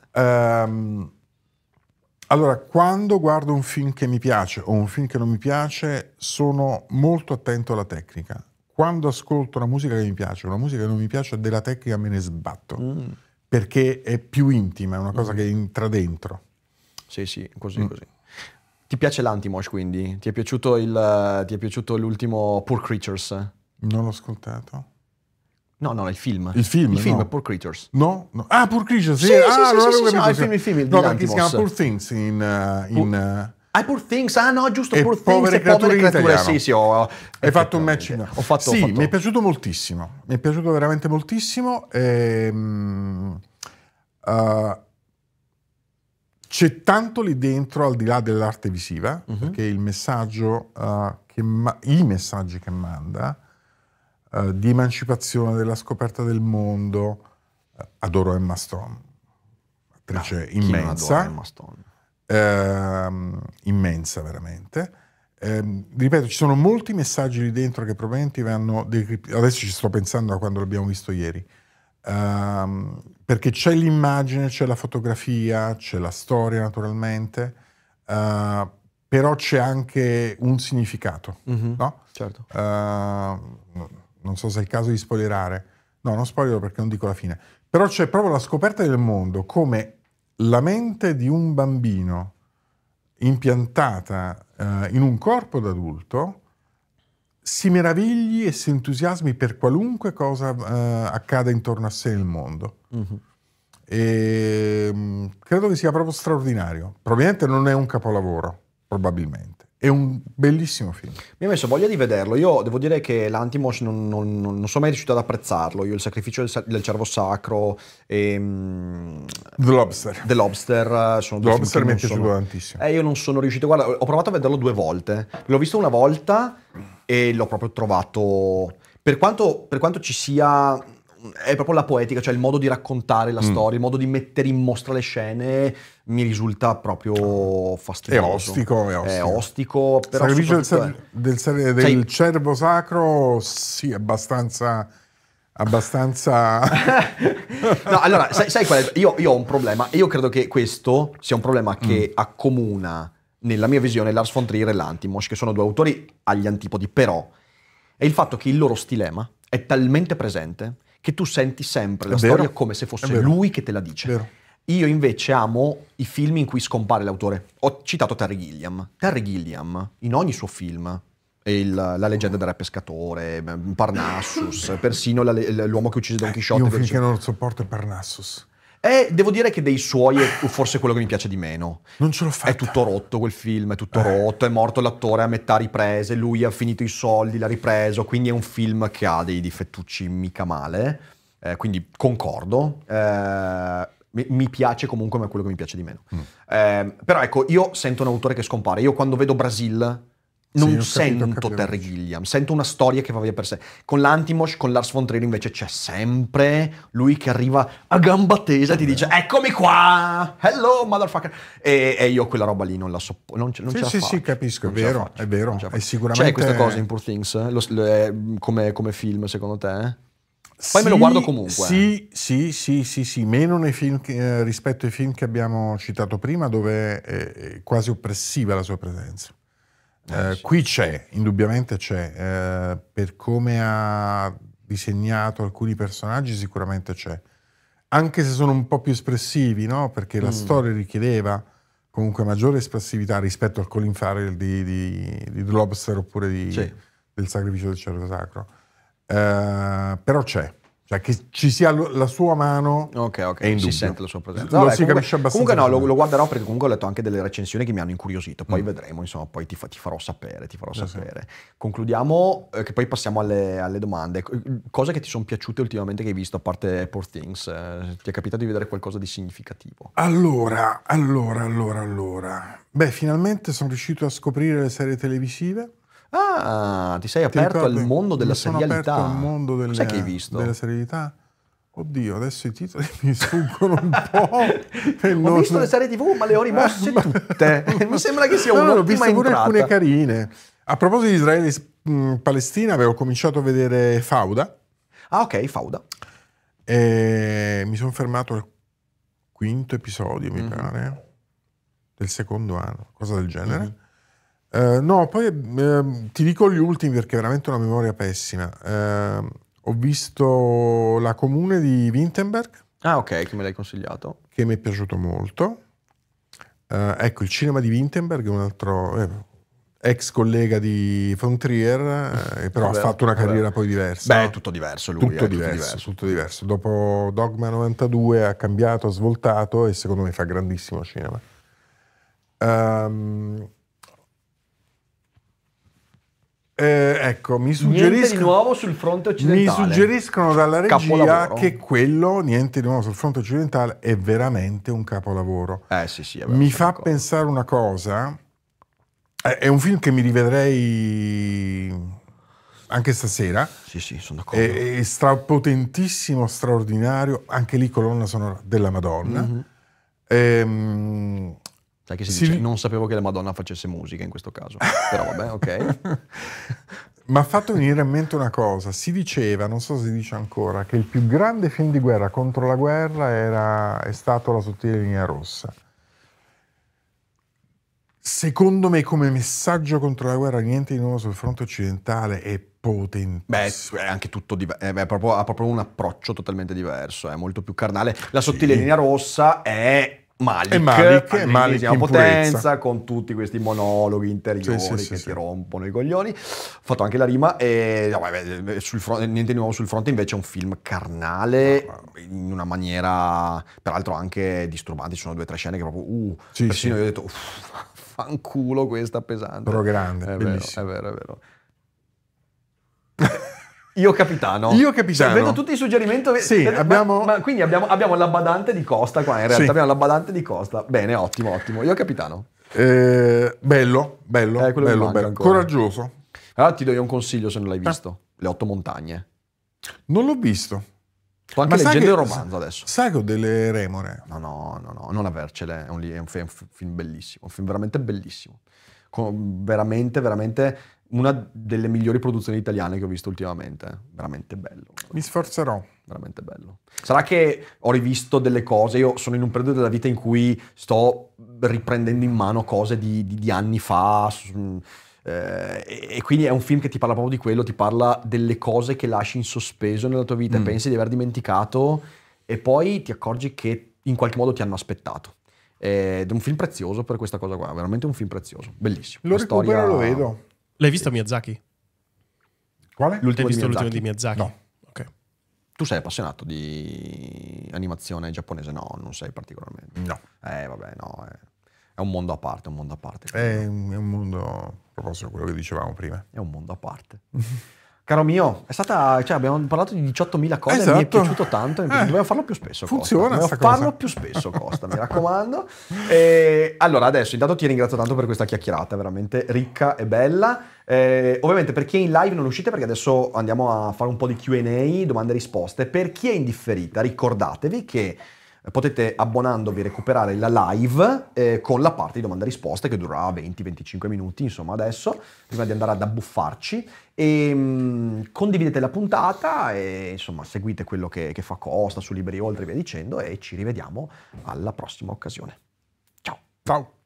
Allora, quando guardo un film che mi piace o un film che non mi piace, sono molto attento alla tecnica. Quando ascolto una musica che mi piace o una musica che non mi piace, della tecnica me ne sbatto, perché è più intima, è una cosa che entra dentro. Sì, così. Ti piace l'Antimosh, quindi? Ti è piaciuto l'ultimo Poor Creatures? Non l'ho ascoltato. No, il film. Il film è Poor Creatures. No? Ah, Poor Creatures, sì. Sì, il film. No, perché si chiama Poor Things Poor Things, no, giusto, Poor Things povere e povere creature. Sì, hai fatto un matching. Sì, mi è piaciuto moltissimo. Mi è piaciuto veramente moltissimo. C'è tanto lì dentro, al di là dell'arte visiva, perché il messaggio i messaggi che manda, di emancipazione, della scoperta del mondo. Adoro Emma Stone, attrice immensa, Emma Stone? Immensa veramente. Ripeto, ci sono molti messaggi lì dentro che probabilmente vanno decriptati. Adesso ci sto pensando a quando l'abbiamo visto ieri, perché c'è l'immagine, c'è la fotografia, c'è la storia naturalmente, però c'è anche un significato, no? Certo. Non so se è il caso di spoilerare. No, non spoilerò perché non dico la fine. Però c'è proprio la scoperta del mondo, come la mente di un bambino impiantata in un corpo d'adulto si meravigli e si entusiasmi per qualunque cosa accada intorno a sé nel mondo. E credo che sia proprio straordinario. Probabilmente non è un capolavoro, probabilmente. È un bellissimo film. Mi ha messo voglia di vederlo. Io devo dire che l'Antimosh non sono mai riuscito ad apprezzarlo. Io il sacrificio del cervo sacro e The Lobster sono due film che mi è piaciuto tantissimo. Io non sono riuscito, guarda, ho provato a vederlo 2 volte. L'ho visto una volta e l'ho proprio trovato, per quanto ci sia, è proprio la poetica, cioè il modo di raccontare la storia, il modo di mettere in mostra le scene mi risulta proprio fastidioso. È ostico. Però sacrificio del cervo sacro, sì, abbastanza abbastanza... No, allora, sai qual è? Io ho un problema, e io credo che questo sia un problema che accomuna, nella mia visione, Lars von Trier e Lanthimos, che sono due autori agli antipodi, però è il fatto che il loro stilema è talmente presente che tu senti sempre la storia come se fosse lui che te la dice. Vero. Io invece amo i film in cui scompare l'autore. Ho citato Terry Gilliam. Terry Gilliam, in ogni suo film, La leggenda del re pescatore, Parnassus, persino L'uomo che uccise Don Chisciotte. Io un film che non sopporto è Parnassus. Devo dire che dei suoi è forse quello che mi piace di meno. Non ce l'ho fatta. È tutto rotto quel film, è tutto rotto, è morto l'attore a metà riprese, lui ha finito i soldi, l'ha ripreso, quindi è un film che ha dei difettucci mica male, quindi concordo. Mi piace comunque, ma è quello che mi piace di meno. Però ecco, io sento un autore che scompare. Io quando vedo Brasil non sento Terry Gilliam, sento una storia che va via per sé. Con Lanthimos, con Lars von Trier invece c'è sempre lui che arriva a gamba tesa e ti dice eccomi qua, hello motherfucker, e io quella roba lì non la sopporto, non ce la faccio. Sì, capisco, è vero, è sicuramente... C'è questa cosa in Poor Things come film secondo te? Poi me lo guardo comunque. Sì, meno nei film rispetto ai film che abbiamo citato prima, dove è quasi oppressiva la sua presenza. Qui c'è, indubbiamente c'è, per come ha disegnato alcuni personaggi sicuramente c'è, anche se sono un po' più espressivi, no? Perché la storia richiedeva comunque maggiore espressività rispetto al Colin Farrell di The Lobster oppure del Sacrificio del Cervo Sacro. Però c'è, cioè che ci sia la sua mano, è si sente la sua presenza. Si capisce abbastanza. Comunque no, lo guarderò perché comunque ho letto anche delle recensioni che mi hanno incuriosito, poi vedremo, insomma, poi ti farò sapere. Concludiamo, che poi passiamo alle domande. Cose che ti sono piaciute ultimamente che hai visto, a parte Poor Things? Ti è capitato di vedere qualcosa di significativo? Allora. Beh, finalmente sono riuscito a scoprire le serie televisive. Ah, ti sei aperto al mondo della serialità. Sono aperto al mondo Cos'è che hai visto? Della serialità. Oddio, adesso i titoli mi sfuggono un po'. Ho visto le serie TV, ma le ho rimosse tutte. Mi sembra che sia un'ottima ho visto pure entrata. alcune carine. A proposito di Israele e Palestina, avevo cominciato a vedere Fauda. Ah, ok, Fauda. E mi sono fermato al quinto episodio, mi pare, del secondo anno, cosa del genere. No, poi ti dico gli ultimi perché è veramente una memoria pessima. Ho visto La Comune di Vinterberg. Ah, ok, che me l'hai consigliato. Che mi è piaciuto molto. Ecco, il cinema di Vinterberg è un altro ex collega di von Trier, però ha fatto una carriera poi diversa. Beh, è tutto diverso lui. Tutto diverso. Dopo Dogma 92 ha cambiato, ha svoltato e secondo me fa grandissimo cinema. Ecco, mi suggeriscono niente di nuovo sul fronte occidentale. Mi suggeriscono dalla regia Capolavoro. che quello, niente di nuovo sul fronte occidentale, è veramente un capolavoro. Sì, mi fa pensare una cosa. È un film che mi rivedrei anche stasera. Sì, sono d'accordo. È potentissimo, straordinario. Anche lì colonna sonora della Madonna. Sai che si dice, non sapevo che la Madonna facesse musica in questo caso, però vabbè, ok. Mi ha fatto venire in mente una cosa, si diceva, non so se si dice ancora, che il più grande film di guerra contro la guerra è stato La sottile linea rossa. Secondo me come messaggio contro la guerra niente di nuovo sul fronte occidentale è potentissimo. È anche tutto ha proprio un approccio totalmente diverso, è molto più carnale. La sottile linea rossa è Malik in potenza, con tutti questi monologhi interiori che ti rompono i coglioni. Ho fatto anche la rima e niente di nuovo sul fronte invece è un film carnale in una maniera peraltro anche disturbante. Ci sono 2 o 3 scene che proprio persino io ho detto fanculo, questa pesante, però grande, bellissimo. È vero. Io capitano. Vedo tutti i suggerimenti. Sì, quindi abbiamo la badante di Costa qua. In realtà abbiamo la badante di Costa. Bene, ottimo. Io capitano. Bello. Coraggioso. Allora ti do io un consiglio se non l'hai visto. Le 8 montagne. Non l'ho visto. Sto anche leggendo il romanzo adesso. Sai che ho delle remore? No, non avercele. È un film bellissimo. Un film veramente bellissimo. veramente, veramente una delle migliori produzioni italiane che ho visto ultimamente. Veramente bello. Mi sforzerò. Veramente bello. Sarà che ho rivisto delle cose, io sono in un periodo della vita in cui sto riprendendo in mano cose di anni fa, e quindi è un film che ti parla proprio di quello, ti parla delle cose che lasci in sospeso nella tua vita e pensi di aver dimenticato e poi ti accorgi che in qualche modo ti hanno aspettato. Ed è un film prezioso per questa cosa qua, veramente un film prezioso, bellissimo. Lo recupero e lo vedo. L'hai visto Miyazaki? Quale? L'ultimo L'hai visto di l'ultimo Miyazaki? di Miyazaki? No. Ok. Tu sei appassionato di animazione giapponese? No, non sei particolarmente. No. Vabbè, no, è un mondo a parte, un mondo a parte. È un mondo, a proposito di quello che dicevamo prima. È un mondo a parte. Caro mio, è stata, cioè abbiamo parlato di 18.000 cose, Esatto. mi è piaciuto tanto, dobbiamo farlo più spesso. Funziona Costa. sta Dobbiamo farlo cosa. più spesso, Costa, mi raccomando. Allora, adesso intanto ti ringrazio tanto per questa chiacchierata, veramente ricca e bella. Ovviamente per chi è in live non uscite perché adesso andiamo a fare un po' di Q&A, domande e risposte. Per chi è indifferita, ricordatevi che potete abbonandovi recuperare la live con la parte di domande e risposte che durerà 20-25 minuti, insomma adesso, prima di andare ad abbuffarci. E condividete la puntata e insomma seguite quello che fa Costa su Liberi Oltre e via dicendo e ci rivediamo alla prossima occasione. Ciao! Ciao!